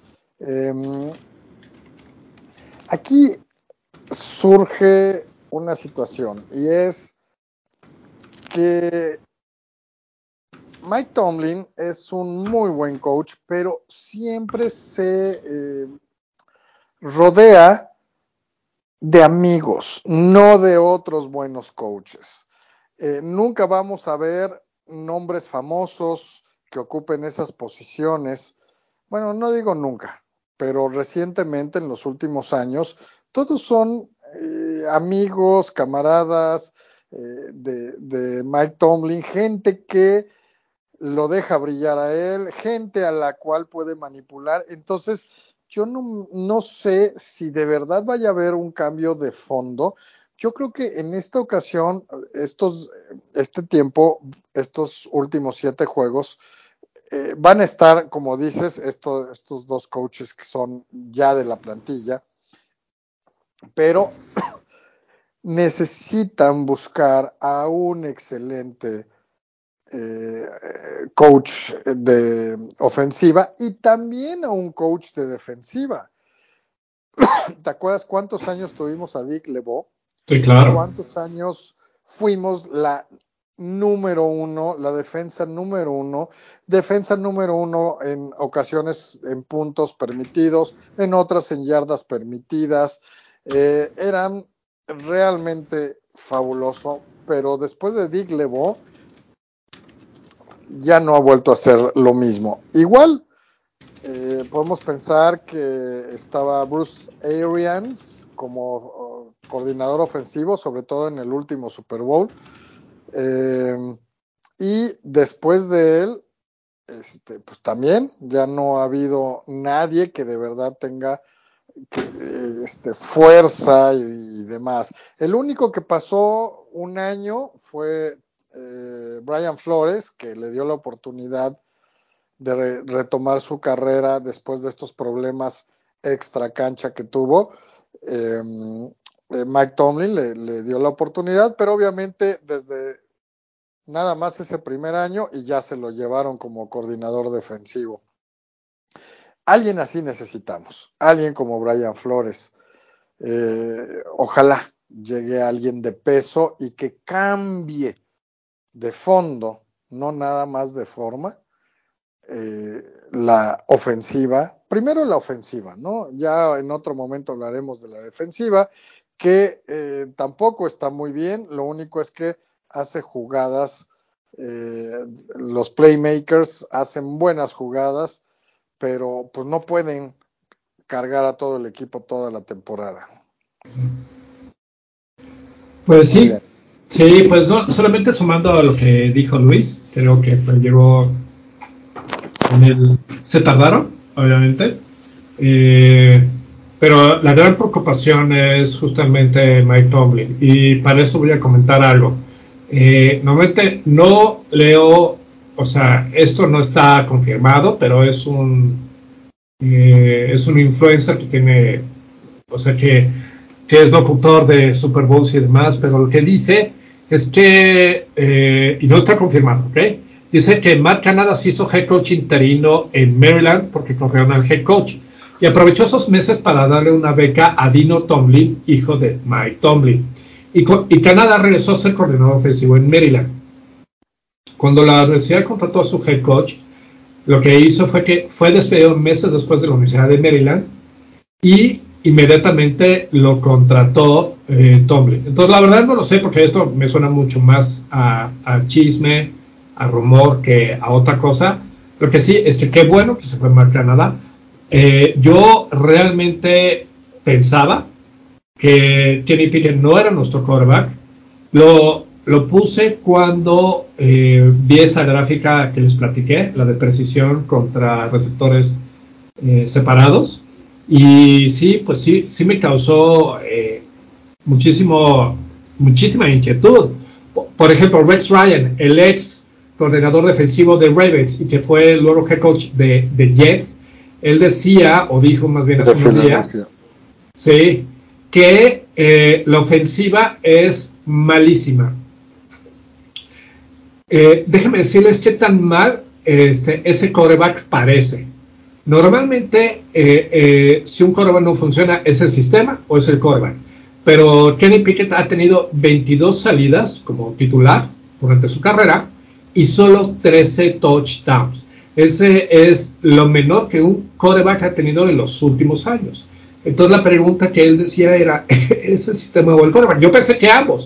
Aquí surge una situación y es que Mike Tomlin es un muy buen coach, pero siempre se rodea de amigos, no de otros buenos coaches. Nunca vamos a ver nombres famosos que ocupen esas posiciones. Bueno, no digo nunca, pero recientemente, en los últimos años, todos son amigos, camaradas de Mike Tomlin, gente que lo deja brillar a él, gente a la cual puede manipular. Entonces, yo no sé si de verdad vaya a haber un cambio de fondo. Yo creo que en esta ocasión, este tiempo, estos últimos 7 juegos, van a estar, como dices, estos 2 coaches que son ya de la plantilla, pero necesitan buscar a un excelente coach de ofensiva y también a un coach de defensiva. ¿Te acuerdas cuántos años tuvimos a Dick LeBeau?
Sí, claro.
¿Cuántos años fuimos la número 1, la defensa número 1, defensa número 1 en ocasiones en puntos permitidos, en otras en yardas permitidas? Eran realmente fabuloso, pero después de Dick LeBeau ya no ha vuelto a ser lo mismo. Igual, podemos pensar que estaba Bruce Arians como coordinador ofensivo, sobre todo en el último Super Bowl. Y después de él, pues también ya no ha habido nadie que de verdad tenga fuerza y demás. El único que pasó un año fue Brian Flores, que le dio la oportunidad de retomar su carrera después de estos problemas extra cancha que tuvo. Mike Tomlin le dio la oportunidad, pero obviamente desde nada más ese primer año y ya se lo llevaron como coordinador defensivo. Alguien así necesitamos, alguien como Brian Flores. Ojalá llegue alguien de peso y que cambie de fondo, no nada más de forma, la ofensiva. Primero la ofensiva, ¿no? Ya en otro momento hablaremos de la defensiva, que tampoco está muy bien. Lo único es que hace jugadas, los playmakers hacen buenas jugadas, pero pues no pueden cargar a todo el equipo toda la temporada.
Pues sí, sí, pues no, solamente sumando a lo que dijo Luis, creo que pues llegó se tardaron, obviamente, pero la gran preocupación es justamente Mike Tomlin, y para eso voy a comentar algo. Normalmente no leo, o sea, esto no está confirmado, pero es un influencer que tiene, o sea, que es locutor de Super Bowls y demás, pero lo que dice es que, y no está confirmado, ¿ok? Dice que Matt Canada se hizo head coach interino en Maryland porque corrieron al head coach y aprovechó esos meses para darle una beca a Dino Tomlin, hijo de Mike Tomlin. Y Canada regresó a ser coordinador ofensivo en Maryland. Cuando la universidad contrató a su head coach, lo que hizo fue que fue despedido meses después de la Universidad de Maryland y inmediatamente lo contrató Tomlin. Entonces, la verdad no lo sé porque esto me suena mucho más a chisme, a rumor que a otra cosa. Lo que sí es que qué bueno que se fue a Canadá. Yo realmente pensaba que Kenny Pickett no era nuestro quarterback. Lo puse cuando vi esa gráfica que les platiqué, la de precisión contra receptores separados. Y sí, pues sí me causó muchísima inquietud. Por ejemplo, Rex Ryan, el ex coordinador defensivo de Ravens y que fue luego head coach de Jets, él decía, o dijo más bien hace unos días, sí, que la ofensiva es malísima. Déjeme decirles qué tan mal ese quarterback parece. Normalmente, si un quarterback no funciona, ¿es el sistema o es el quarterback? Pero Kenny Pickett ha tenido 22 salidas como titular durante su carrera y solo 13 touchdowns. Ese es lo menor que un quarterback ha tenido en los últimos años. Entonces la pregunta que él decía era, ¿es el sistema o el quarterback? Yo pensé que ambos.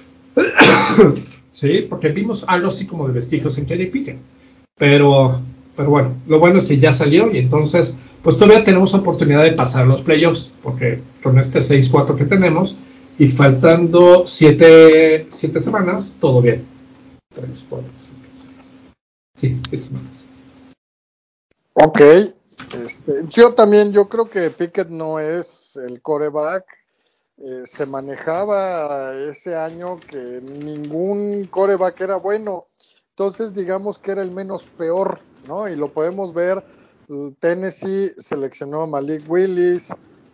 Sí, porque vimos algo así como de vestigios en Kenny Pickett. Pero bueno, lo bueno es que ya salió y entonces, pues todavía tenemos oportunidad de pasar los playoffs, porque con este 6-4 que tenemos y faltando 7 semanas, todo bien. 3, 4, 5, sí, 7 semanas.
Ok, yo creo que Pickett no es el quarterback. Se manejaba ese año que ningún quarterback era bueno, entonces digamos que era el menos peor, ¿no? Y lo podemos ver. Tennessee seleccionó a Malik Willis,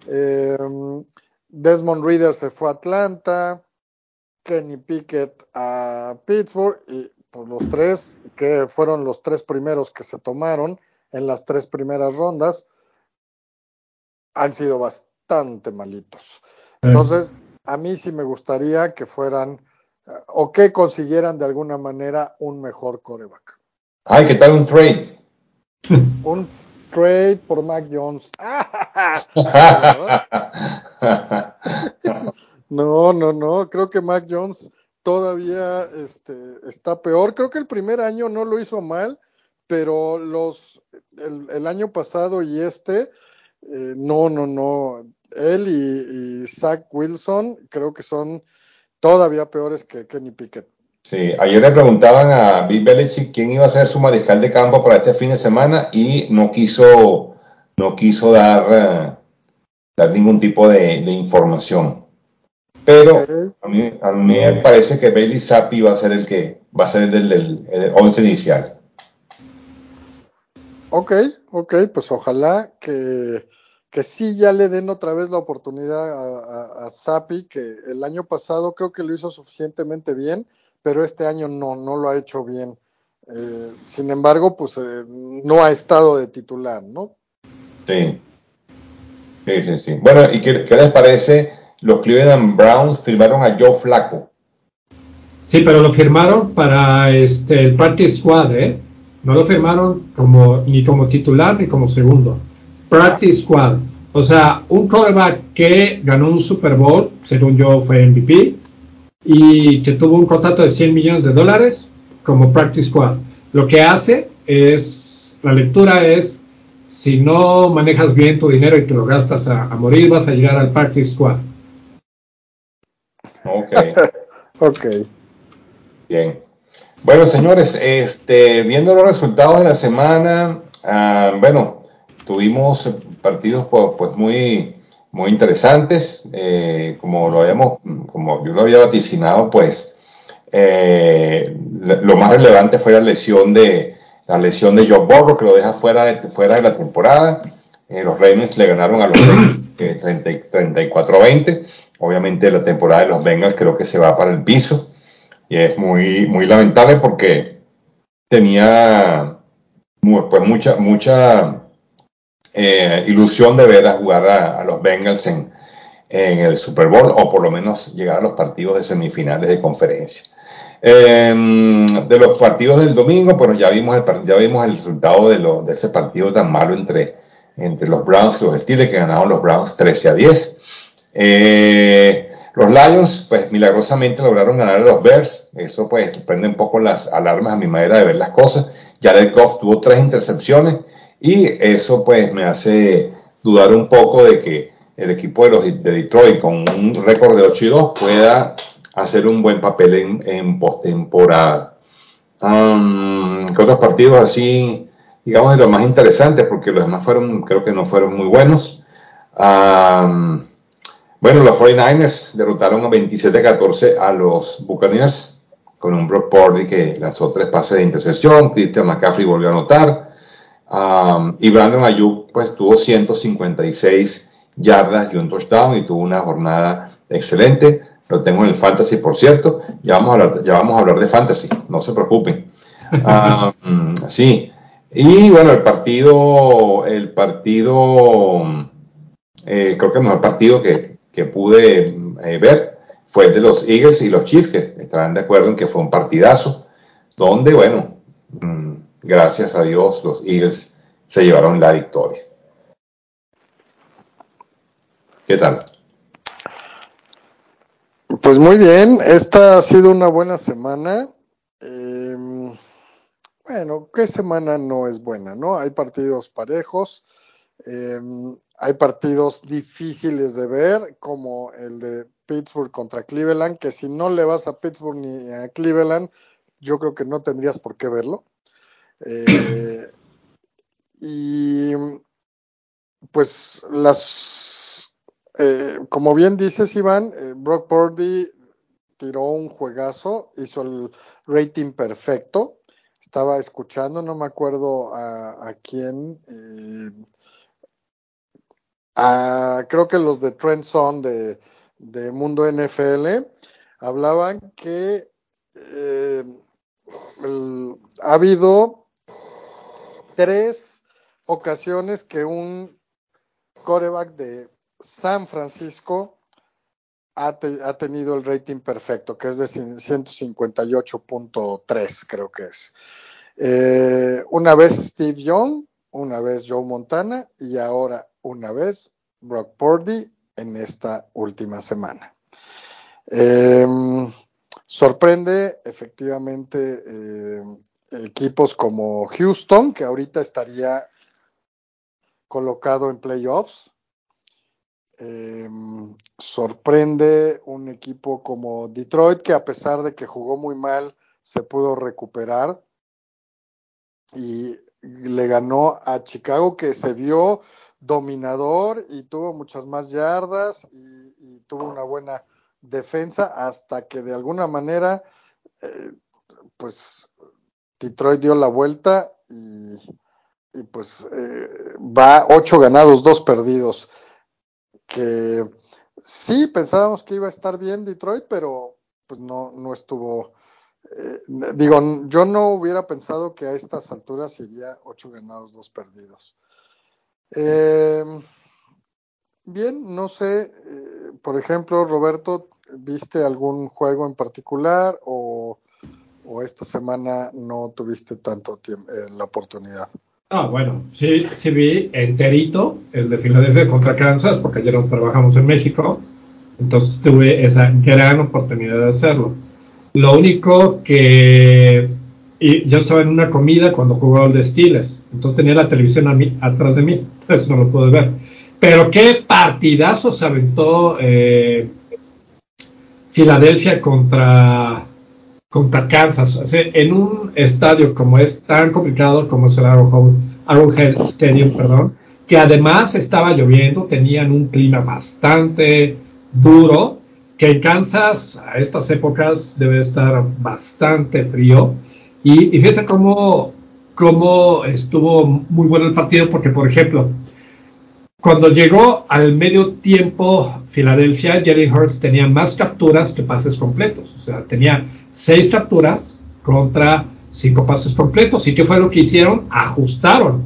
Desmond Ridder se fue a Atlanta, Kenny Pickett a Pittsburgh, y pues los tres, que fueron los tres primeros que se tomaron en las tres primeras rondas, han sido bastante malitos. Entonces, a mí sí me gustaría que fueran o que consiguieran de alguna manera un mejor quarterback.
Ay, ¿qué tal un trade?
Un trade por Mac Jones. No, creo que Mac Jones todavía está peor. Creo que el primer año no lo hizo mal, pero el año pasado y no. Él y Zach Wilson creo que son todavía peores que Kenny Pickett.
Sí, ayer le preguntaban a Bill Belichick quién iba a ser su mariscal de campo para este fin de semana y no quiso dar ningún tipo de información. Pero
Okay.
a mí me parece que Bailey Zappi va a ser el del 11 inicial.
Ok, pues ojalá que sí ya le den otra vez la oportunidad a Zappi, que el año pasado creo que lo hizo suficientemente bien, pero este año no lo ha hecho bien. Sin embargo, pues no ha estado de titular, ¿no?
Sí. Bueno, ¿y qué les parece? Los Cleveland Browns firmaron a Joe Flacco.
Sí, pero lo firmaron para el Practice Squad, ¿eh? No lo firmaron ni como titular ni como segundo. Practice Squad. O sea, un quarterback que ganó un Super Bowl, según yo fue MVP, y que tuvo un contrato de $100 millones como Practice Squad. Lo que hace es, la lectura es, si no manejas bien tu dinero y te lo gastas a morir, vas a llegar al Practice Squad.
Ok.
Ok.
Bien. Bueno, señores, viendo los resultados de la semana, bueno, tuvimos partidos pues muy interesantes, como yo lo había vaticinado, pues lo más relevante fue la lesión de Joe Burrow, que lo deja fuera de la temporada. Los Ravens le ganaron a los Bengals 34-20. Obviamente la temporada de los Bengals creo que se va para el piso. y es muy, muy lamentable porque tenía pues mucha ilusión de ver a jugar a los Bengals en el Super Bowl, o por lo menos llegar a los partidos de semifinales de conferencia. De los partidos del domingo, pues ya vimos el resultado de ese partido tan malo entre los Browns y los Steelers, que ganaron los Browns 13-10. Los Lions, pues milagrosamente lograron ganar a los Bears. Eso pues prende un poco las alarmas a mi manera de ver las cosas. Jared Goff tuvo 3 intercepciones y eso pues me hace dudar un poco de que el equipo de Detroit, con un récord de 8-2, pueda hacer un buen papel en postemporada. ¿Qué otros partidos así, digamos, de los más interesantes? Porque los demás creo que no fueron muy buenos. Bueno, los 49ers derrotaron a 27-14 a los Buccaneers con un Brock Purdy que lanzó 3 pases de intercepción. Christian McCaffrey volvió a anotar. Y Brandon Ayuk pues tuvo 156 yardas y un touchdown y tuvo una jornada excelente. Lo tengo en el Fantasy, por cierto. Ya vamos a hablar de Fantasy, no se preocupen. Sí. Y bueno, el partido creo que el mejor partido que pude ver fue el de los Eagles y los Chiefs, que estarán de acuerdo en que fue un partidazo, donde, bueno, gracias a Dios, los Eagles se llevaron la victoria. ¿Qué tal?
Pues muy bien, esta ha sido una buena semana. Bueno, ¿qué semana no es buena, no? Hay partidos parejos, hay partidos difíciles de ver, como el de Pittsburgh contra Cleveland, que si no le vas a Pittsburgh ni a Cleveland, yo creo que no tendrías por qué verlo. Y pues como bien dices, Iván, Brock Purdy tiró un juegazo, hizo el rating perfecto. Estaba escuchando, no me acuerdo a quién, creo que los de Trend Zone de Mundo NFL hablaban que ha habido 3 ocasiones que un quarterback de San Francisco ha tenido el rating perfecto, que es de 158.3, creo que es. Una vez Steve Young, una vez Joe Montana y ahora una vez Brock Purdy en esta última semana. Sorprende efectivamente equipos como Houston, que ahorita estaría colocado en playoffs. Sorprende un equipo como Detroit, que a pesar de que jugó muy mal, se pudo recuperar y le ganó a Chicago, que se vio dominador y tuvo muchas más yardas y tuvo una buena defensa, hasta que de alguna manera pues Detroit dio la vuelta y pues va 8 ganados, 2 perdidos, que sí pensábamos que iba a estar bien Detroit, pero pues no estuvo. Yo no hubiera pensado que a estas alturas iría 8 ganados, 2 perdidos. Bien, no sé, por ejemplo, Roberto, ¿viste algún juego en particular o esta semana no tuviste tanto tiempo, la oportunidad?
Bueno, sí vi enterito el de Filadelfia contra Kansas, porque ayer no trabajamos en México, entonces tuve esa gran oportunidad de hacerlo. Lo único que yo estaba en una comida cuando jugaba el de Steelers, entonces tenía la televisión atrás de mí, entonces no lo pude ver. Pero qué partidazo se aventó Filadelfia contra Kansas. O sea, en un estadio como es tan complicado como es el Arrowhead Stadium, que además estaba lloviendo, tenían un clima bastante duro, que en Kansas a estas épocas debe estar bastante frío. Y fíjate cómo estuvo muy bueno el partido, porque por ejemplo, cuando llegó al medio tiempo Filadelfia, Jalen Hurts tenía más capturas que pases completos. O sea, tenía 6 capturas contra 5 pases completos. ¿Y qué fue lo que hicieron? Ajustaron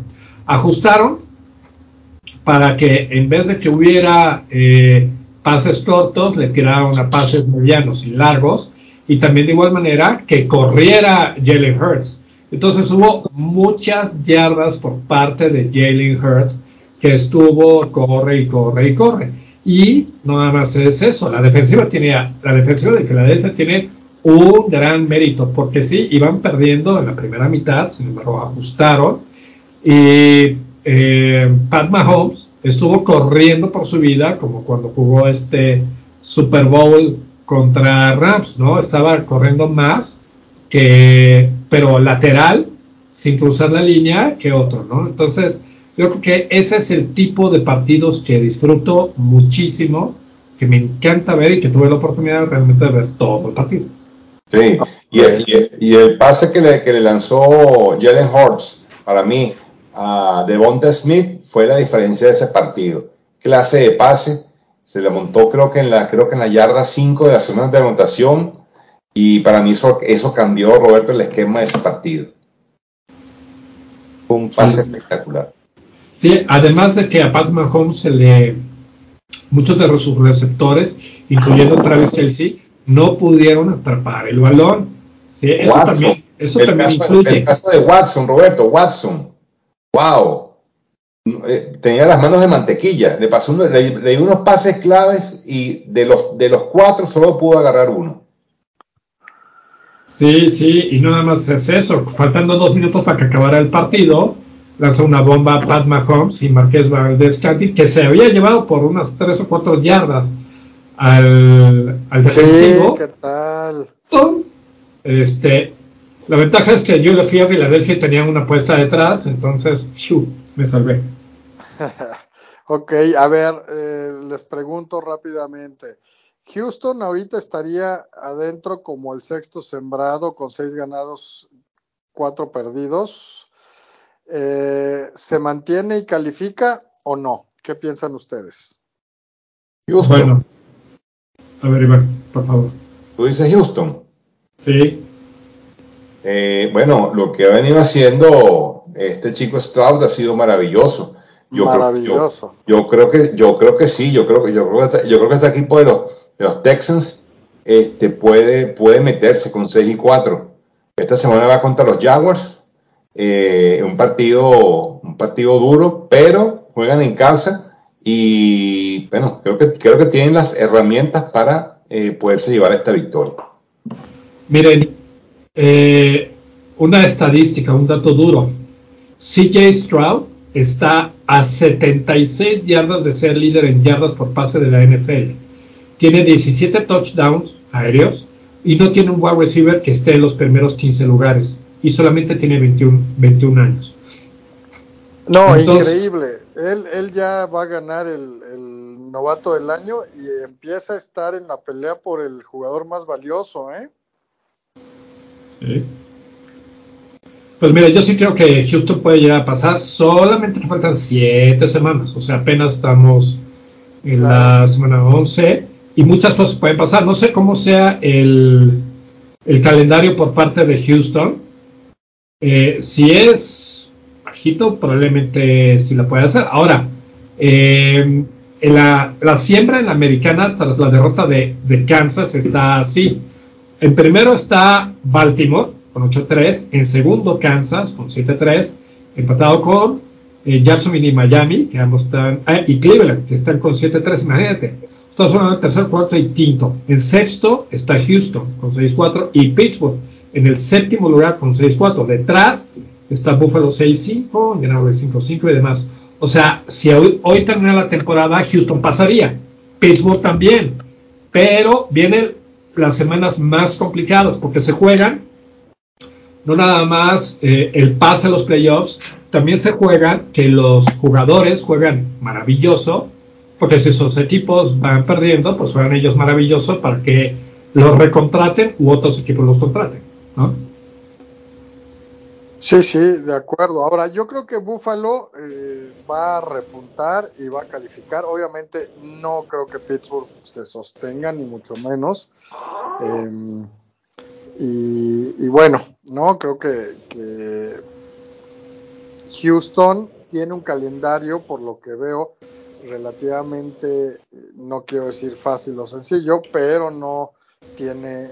para que en vez de que hubiera pases cortos, le tiraron a pases medianos y largos, y también de igual manera que corriera Jalen Hurts. Entonces hubo muchas yardas por parte de Jalen Hurts, que estuvo corre. Y no nada más es eso, la defensiva de Filadelfia tiene un gran mérito, porque sí, iban perdiendo en la primera mitad, sin embargo ajustaron, y Pat Mahomes estuvo corriendo por su vida, como cuando jugó este Super Bowl contra Rams, ¿no? Estaba corriendo más pero lateral, sin cruzar la línea, que otro, ¿no? Entonces, yo creo que ese es el tipo de partidos que disfruto muchísimo, que me encanta ver y que tuve la oportunidad realmente de ver todo el partido.
Sí, y el pase que le lanzó Jalen Hurts, para mí, a Devonta Smith, fue la diferencia de ese partido. Clase de pase, se le montó creo que en la yarda 5 de la zona de anotación, y para mí eso cambió, Roberto, el esquema de ese partido. Fue un pase espectacular.
Sí, además de que a Pat Mahomes muchos de sus receptores, incluyendo Travis Kelce, no pudieron atrapar el balón. Sí, eso también influye.
El caso de Watson, Roberto, Watson, wow, tenía las manos de mantequilla, le dio unos pases claves y de los 4 solo pudo agarrar uno.
Sí, y no nada más es eso, faltando 2 minutos para que acabara el partido, lanzó una bomba a Pat Mahomes y Marqués Valdez-Scantling, que se había llevado por unas 3 o 4 yardas al defensivo.
Sí, ¿qué tal?
La ventaja es que yo le fui a Filadelfia y tenía una apuesta detrás, entonces me salvé.
Ok, a ver, les pregunto rápidamente. Houston ahorita estaría adentro como el sexto sembrado con 6 ganados, 4 perdidos. ¿Se mantiene y califica o no? ¿Qué piensan ustedes?
Houston.
Bueno, a ver, Iván, por favor.
¿Tú dices Houston?
Sí.
Bueno, lo que ha venido haciendo este chico Stroud ha sido maravilloso.
Maravilloso.
Yo creo que sí, yo creo que este equipo de los Texans puede meterse con 6-4. Esta semana va contra los Jaguars, un partido duro, pero juegan en casa y bueno, creo que tienen las herramientas para poderse llevar esta victoria.
Miren, una estadística, un dato duro. CJ Stroud está a 76 yardas de ser líder en yardas por pase de la NFL. Tiene 17 touchdowns aéreos y no tiene un wide receiver que esté en los primeros 15 lugares. Y solamente tiene 21 años.
No, entonces, increíble. Él ya va a ganar el novato del año y empieza a estar en la pelea por el jugador más valioso, ¿eh?
Sí. Pues mira, yo sí creo que Houston puede llegar a pasar, solamente que faltan 7 semanas, o sea, apenas estamos en la semana 11 y muchas cosas pueden pasar. No sé cómo sea el calendario por parte de Houston. Si es bajito, probablemente sí la puede hacer. Ahora, en la siembra en la americana tras la derrota de Kansas está así. En primero está Baltimore con 8-3, en segundo Kansas con 7-3, empatado con Jacksonville y Miami, que ambos están, y Cleveland, que están con 7-3, imagínate. Estamos hablando en tercer, cuarto y quinto. En sexto está Houston con 6-4 y Pittsburgh en el séptimo lugar con 6-4. Detrás está Buffalo 6-5, Indianapolis 5-5 y demás. O sea, si hoy termina la temporada, Houston pasaría. Pittsburgh también. Pero vienen las semanas más complicadas porque se juegan no nada más el pase a los playoffs, también se juegan que los jugadores juegan maravilloso, porque si esos equipos van perdiendo, pues juegan ellos maravilloso para que los recontraten u otros equipos los contraten, ¿no?
Sí, de acuerdo. Ahora, yo creo que Buffalo va a repuntar y va a calificar. Obviamente, no creo que Pittsburgh se sostenga, ni mucho menos. Y bueno, no creo que Houston tiene un calendario, por lo que veo, relativamente, no quiero decir fácil o sencillo, pero no tiene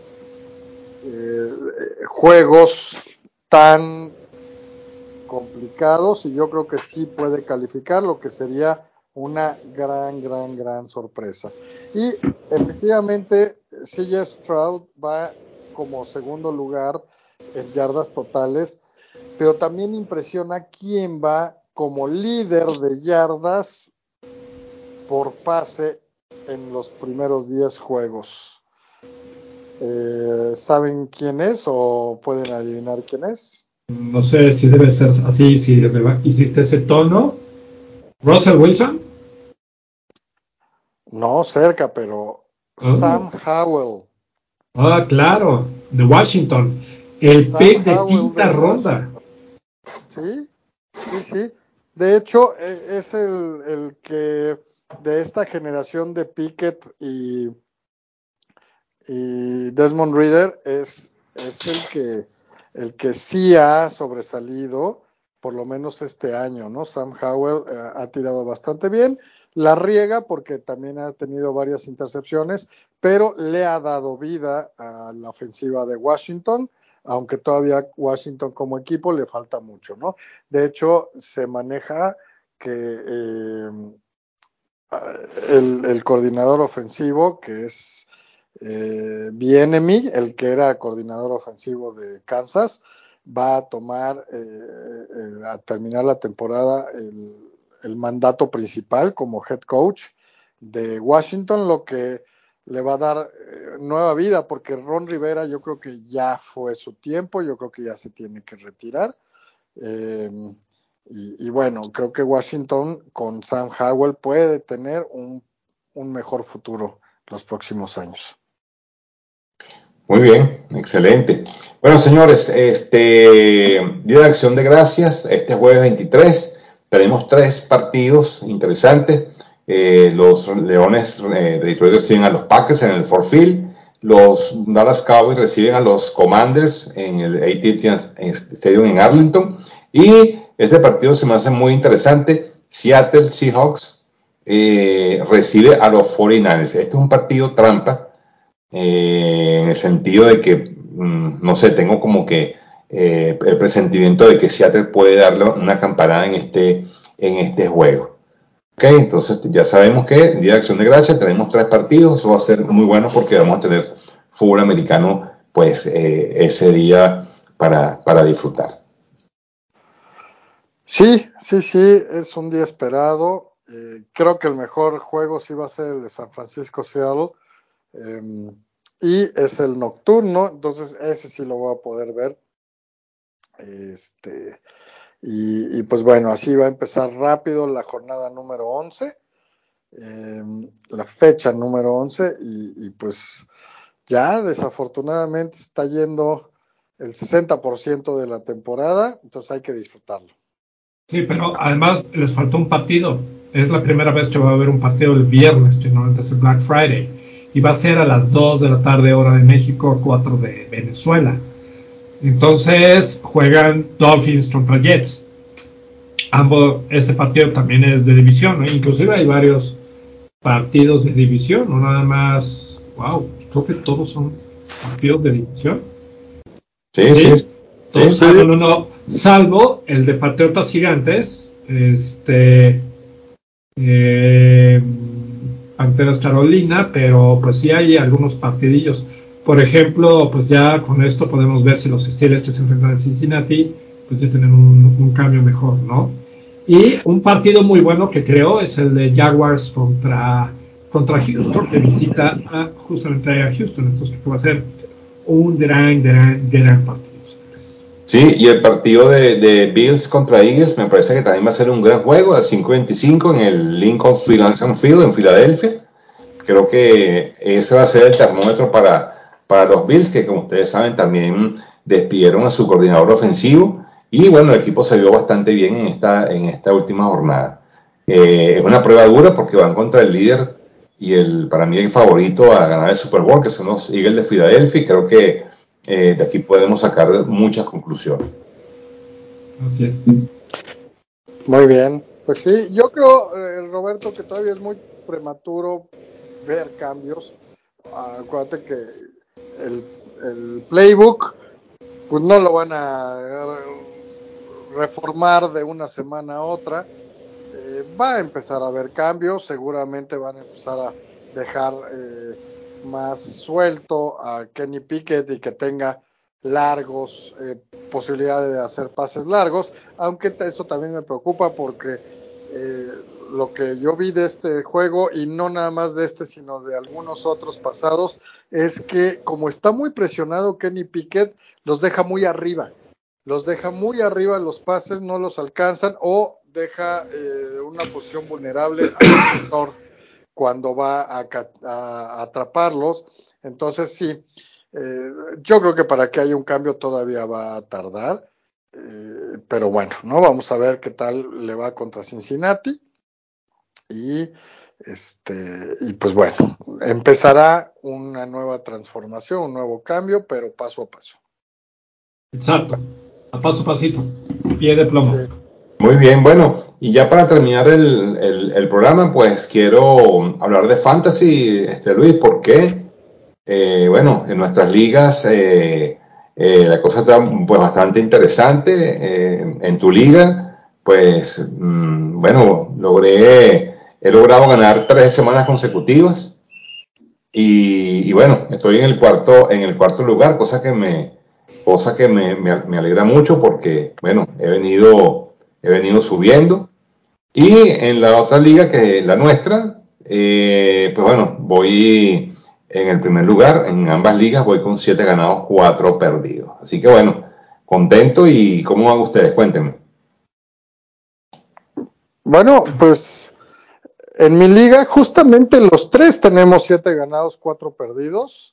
juegos tan complicados, y yo creo que sí puede calificar, lo que sería una gran sorpresa. Y efectivamente, CJ Stroud va como segundo lugar en yardas totales, pero también impresiona quién va como líder de yardas por pase en los primeros 10 juegos. ¿Saben quién es o pueden adivinar quién es?
No sé si debe ser así, si hiciste ese tono. ¿Russell Wilson?
No, cerca, pero Sam Howell.
Claro, de Washington. El
Sam
pick de
Howell
quinta
de
ronda.
Washington. Sí. De hecho, es el que de esta generación de Pickett y Desmond Ridder es el que sí ha sobresalido, por lo menos este año, ¿no? Sam Howell ha tirado bastante bien, la riega porque también ha tenido varias intercepciones, pero le ha dado vida a la ofensiva de Washington, aunque todavía Washington como equipo le falta mucho, ¿no? De hecho, se maneja que el coordinador ofensivo, que es Bieniemy, el que era coordinador ofensivo de Kansas, va a tomar a terminar la temporada el mandato principal como head coach de Washington, lo que le va a dar nueva vida, porque Ron Rivera yo creo que ya fue su tiempo, yo creo que ya se tiene que retirar. Y bueno, creo que Washington con Sam Howell puede tener un mejor futuro los próximos años.
Muy bien, excelente. Bueno, señores, Día de Acción de Gracias, este jueves 23, tenemos 3 partidos interesantes. Los Leones de Detroit reciben a los Packers en el Ford Field, los Dallas Cowboys reciben a los Commanders en el AT&T Stadium en Arlington, y este partido se me hace muy interesante. Seattle Seahawks recibe a los 49ers. Este es un partido trampa, en el sentido de que, no sé, tengo como que el presentimiento de que Seattle puede darle una campanada en este juego. Ok, entonces ya sabemos que Día de Acción de Gracias tenemos 3 partidos, eso va a ser muy bueno porque vamos a tener fútbol americano pues ese día para disfrutar.
Sí, es un día esperado. Creo que el mejor juego sí va a ser el de San Francisco-Seattle. Y es el nocturno, entonces ese sí lo voy a poder ver. Y pues bueno, así va a empezar rápido la jornada número 11, la fecha número 11, y pues ya desafortunadamente está yendo el 60% de la temporada, entonces hay que disfrutarlo.
Sí, pero además les faltó un partido. Es la primera vez que va a haber un partido el viernes, que normalmente es el Black Friday. Y va a ser a las 2 de la tarde, hora de México, 4 de Venezuela. Entonces juegan Dolphins contra Jets. Ese partido también es de división, ¿no? Inclusive hay varios partidos de división, no nada más. Wow, creo que todos son partidos de división.
Sí.
Todos, no. Salvo el de Patriotas Gigantes, Panteras Carolina, pero pues sí hay algunos partidillos. Por ejemplo, pues ya con esto podemos ver si los Steelers que se enfrentan a Cincinnati, pues ya tienen un cambio mejor, ¿no? Y un partido muy bueno que creo es el de Jaguars contra Houston, que visita justamente a Houston. Entonces creo que va a ser un gran partido.
Sí, y el partido de Bills contra Eagles me parece que también va a ser un gran juego, a 5:25 en el Lincoln Financial Field en Filadelfia. Creo que ese va a ser el termómetro para los Bills, que como ustedes saben también despidieron a su coordinador ofensivo, y bueno, el equipo se vio bastante bien en esta última jornada. Es una prueba dura porque van contra el líder y para mí el favorito a ganar el Super Bowl, que son los Eagles de Filadelfia, y creo que de aquí podemos sacar muchas conclusiones.
Así es.
Muy bien. Pues sí, yo creo, Roberto, que todavía es muy prematuro ver cambios. Acuérdate que el playbook, pues no lo van a reformar de una semana a otra. Va a empezar a haber cambios, seguramente van a empezar a dejar más suelto a Kenny Pickett y que tenga posibilidades de hacer pases largos, aunque eso también me preocupa porque lo que yo vi de este juego, y no nada más de este, sino de algunos otros pasados, es que como está muy presionado Kenny Pickett, los deja muy arriba. Los pases no los alcanzan o deja una posición vulnerable al receptor cuando va a atraparlos. Entonces sí, yo creo que para que haya un cambio todavía va a tardar, pero bueno, ¿no? Vamos a ver qué tal le va contra Cincinnati y pues bueno, empezará una nueva transformación, un nuevo cambio, pero paso a paso.
Exacto, a paso a pasito, pie de plomo.
Sí.
Muy bien, bueno, y ya para terminar el programa, pues quiero hablar de Fantasy, Luis, ¿por qué? Bueno, en nuestras ligas la cosa está pues bastante interesante. En tu liga, pues bueno, he logrado ganar 3 semanas consecutivas y bueno, estoy en el cuarto lugar, cosa que me alegra mucho porque bueno, he venido subiendo. Y en la otra liga, que es la nuestra, pues bueno, voy en el primer lugar. En ambas ligas voy con 7 ganados, 4 perdidos. Así que bueno, contento. ¿Y cómo van ustedes? Cuéntenme.
Bueno, pues en mi liga justamente los 3 tenemos 7 ganados, 4 perdidos.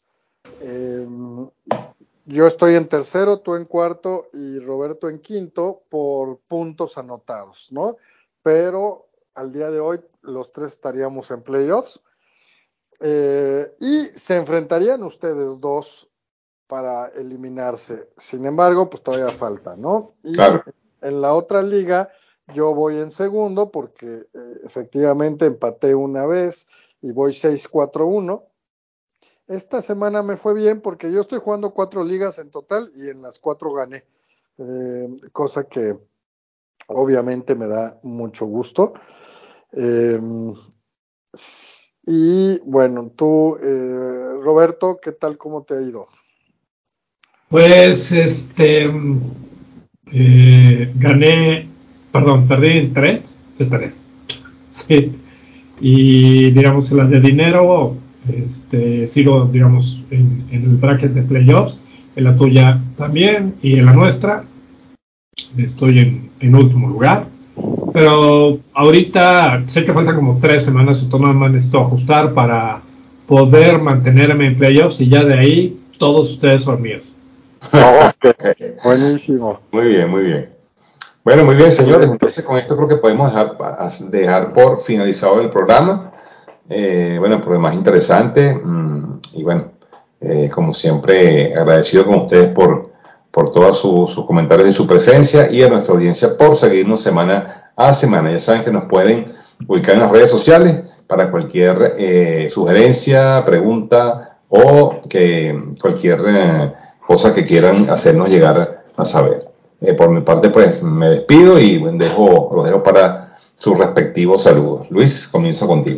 Yo estoy en tercero, tú en cuarto y Roberto en quinto por puntos anotados, ¿no? Pero al día de hoy los 3 estaríamos en playoffs y se enfrentarían ustedes 2 para eliminarse. Sin embargo, pues todavía falta, ¿no? Y
Claro.
en la otra liga yo voy en segundo porque efectivamente empaté una vez y voy 6-4-1. Esta semana me fue bien porque yo estoy jugando 4 ligas en total y en las 4 gané, cosa que obviamente me da mucho gusto. Y bueno, tú, Roberto, ¿qué tal? ¿Cómo te ha ido?
Pues perdí en 3 de 3. Sí. Y digamos en las de dinero, sigo digamos en el bracket de playoffs, en la tuya también y en la nuestra estoy en último lugar. Pero ahorita sé que faltan como 3 semanas y todavía me necesito ajustar para poder mantenerme en playoffs y ya de ahí todos ustedes son míos.
Ok, buenísimo.
Muy bien, muy bien. Bueno, muy bien, señores.
Excelente.
Entonces, con esto creo que podemos dejar por finalizado el programa. Bueno, por demás interesante. Y bueno, como siempre, agradecido con ustedes por todos sus comentarios y su presencia, y a nuestra audiencia por seguirnos semana a semana. Ya saben que nos pueden ubicar en las redes sociales para cualquier sugerencia, pregunta o cualquier cosa que quieran hacernos llegar a saber. Por mi parte, pues me despido y bueno, los dejo para sus respectivos saludos. Luis, comienzo contigo.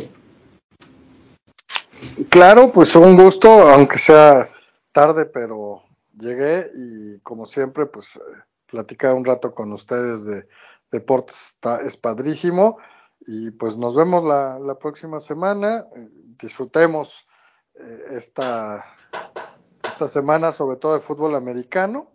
Claro, pues un gusto, aunque sea tarde, pero llegué y como siempre, pues platicar un rato con ustedes de deportes es padrísimo y pues nos vemos la próxima semana. Disfrutemos esta semana, sobre todo de fútbol americano,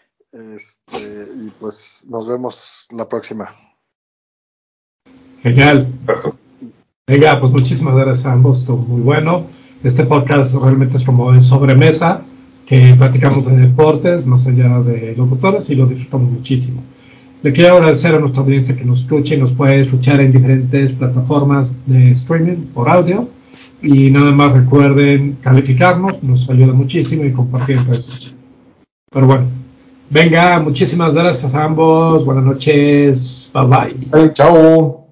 y pues nos vemos la próxima.
Genial.
Perfecto.
Venga, pues muchísimas gracias a ambos, estuvo muy bueno. Este podcast realmente es como de sobremesa, que platicamos de deportes, más allá de locutores, y lo disfrutamos muchísimo. Le quiero agradecer a nuestra audiencia que nos escuche y nos puede escuchar en diferentes plataformas de streaming por audio. Y nada más recuerden calificarnos, nos ayuda muchísimo, y compartir en redes sociales. Pero bueno, venga, muchísimas gracias a ambos. Buenas noches. Bye bye.
Chao.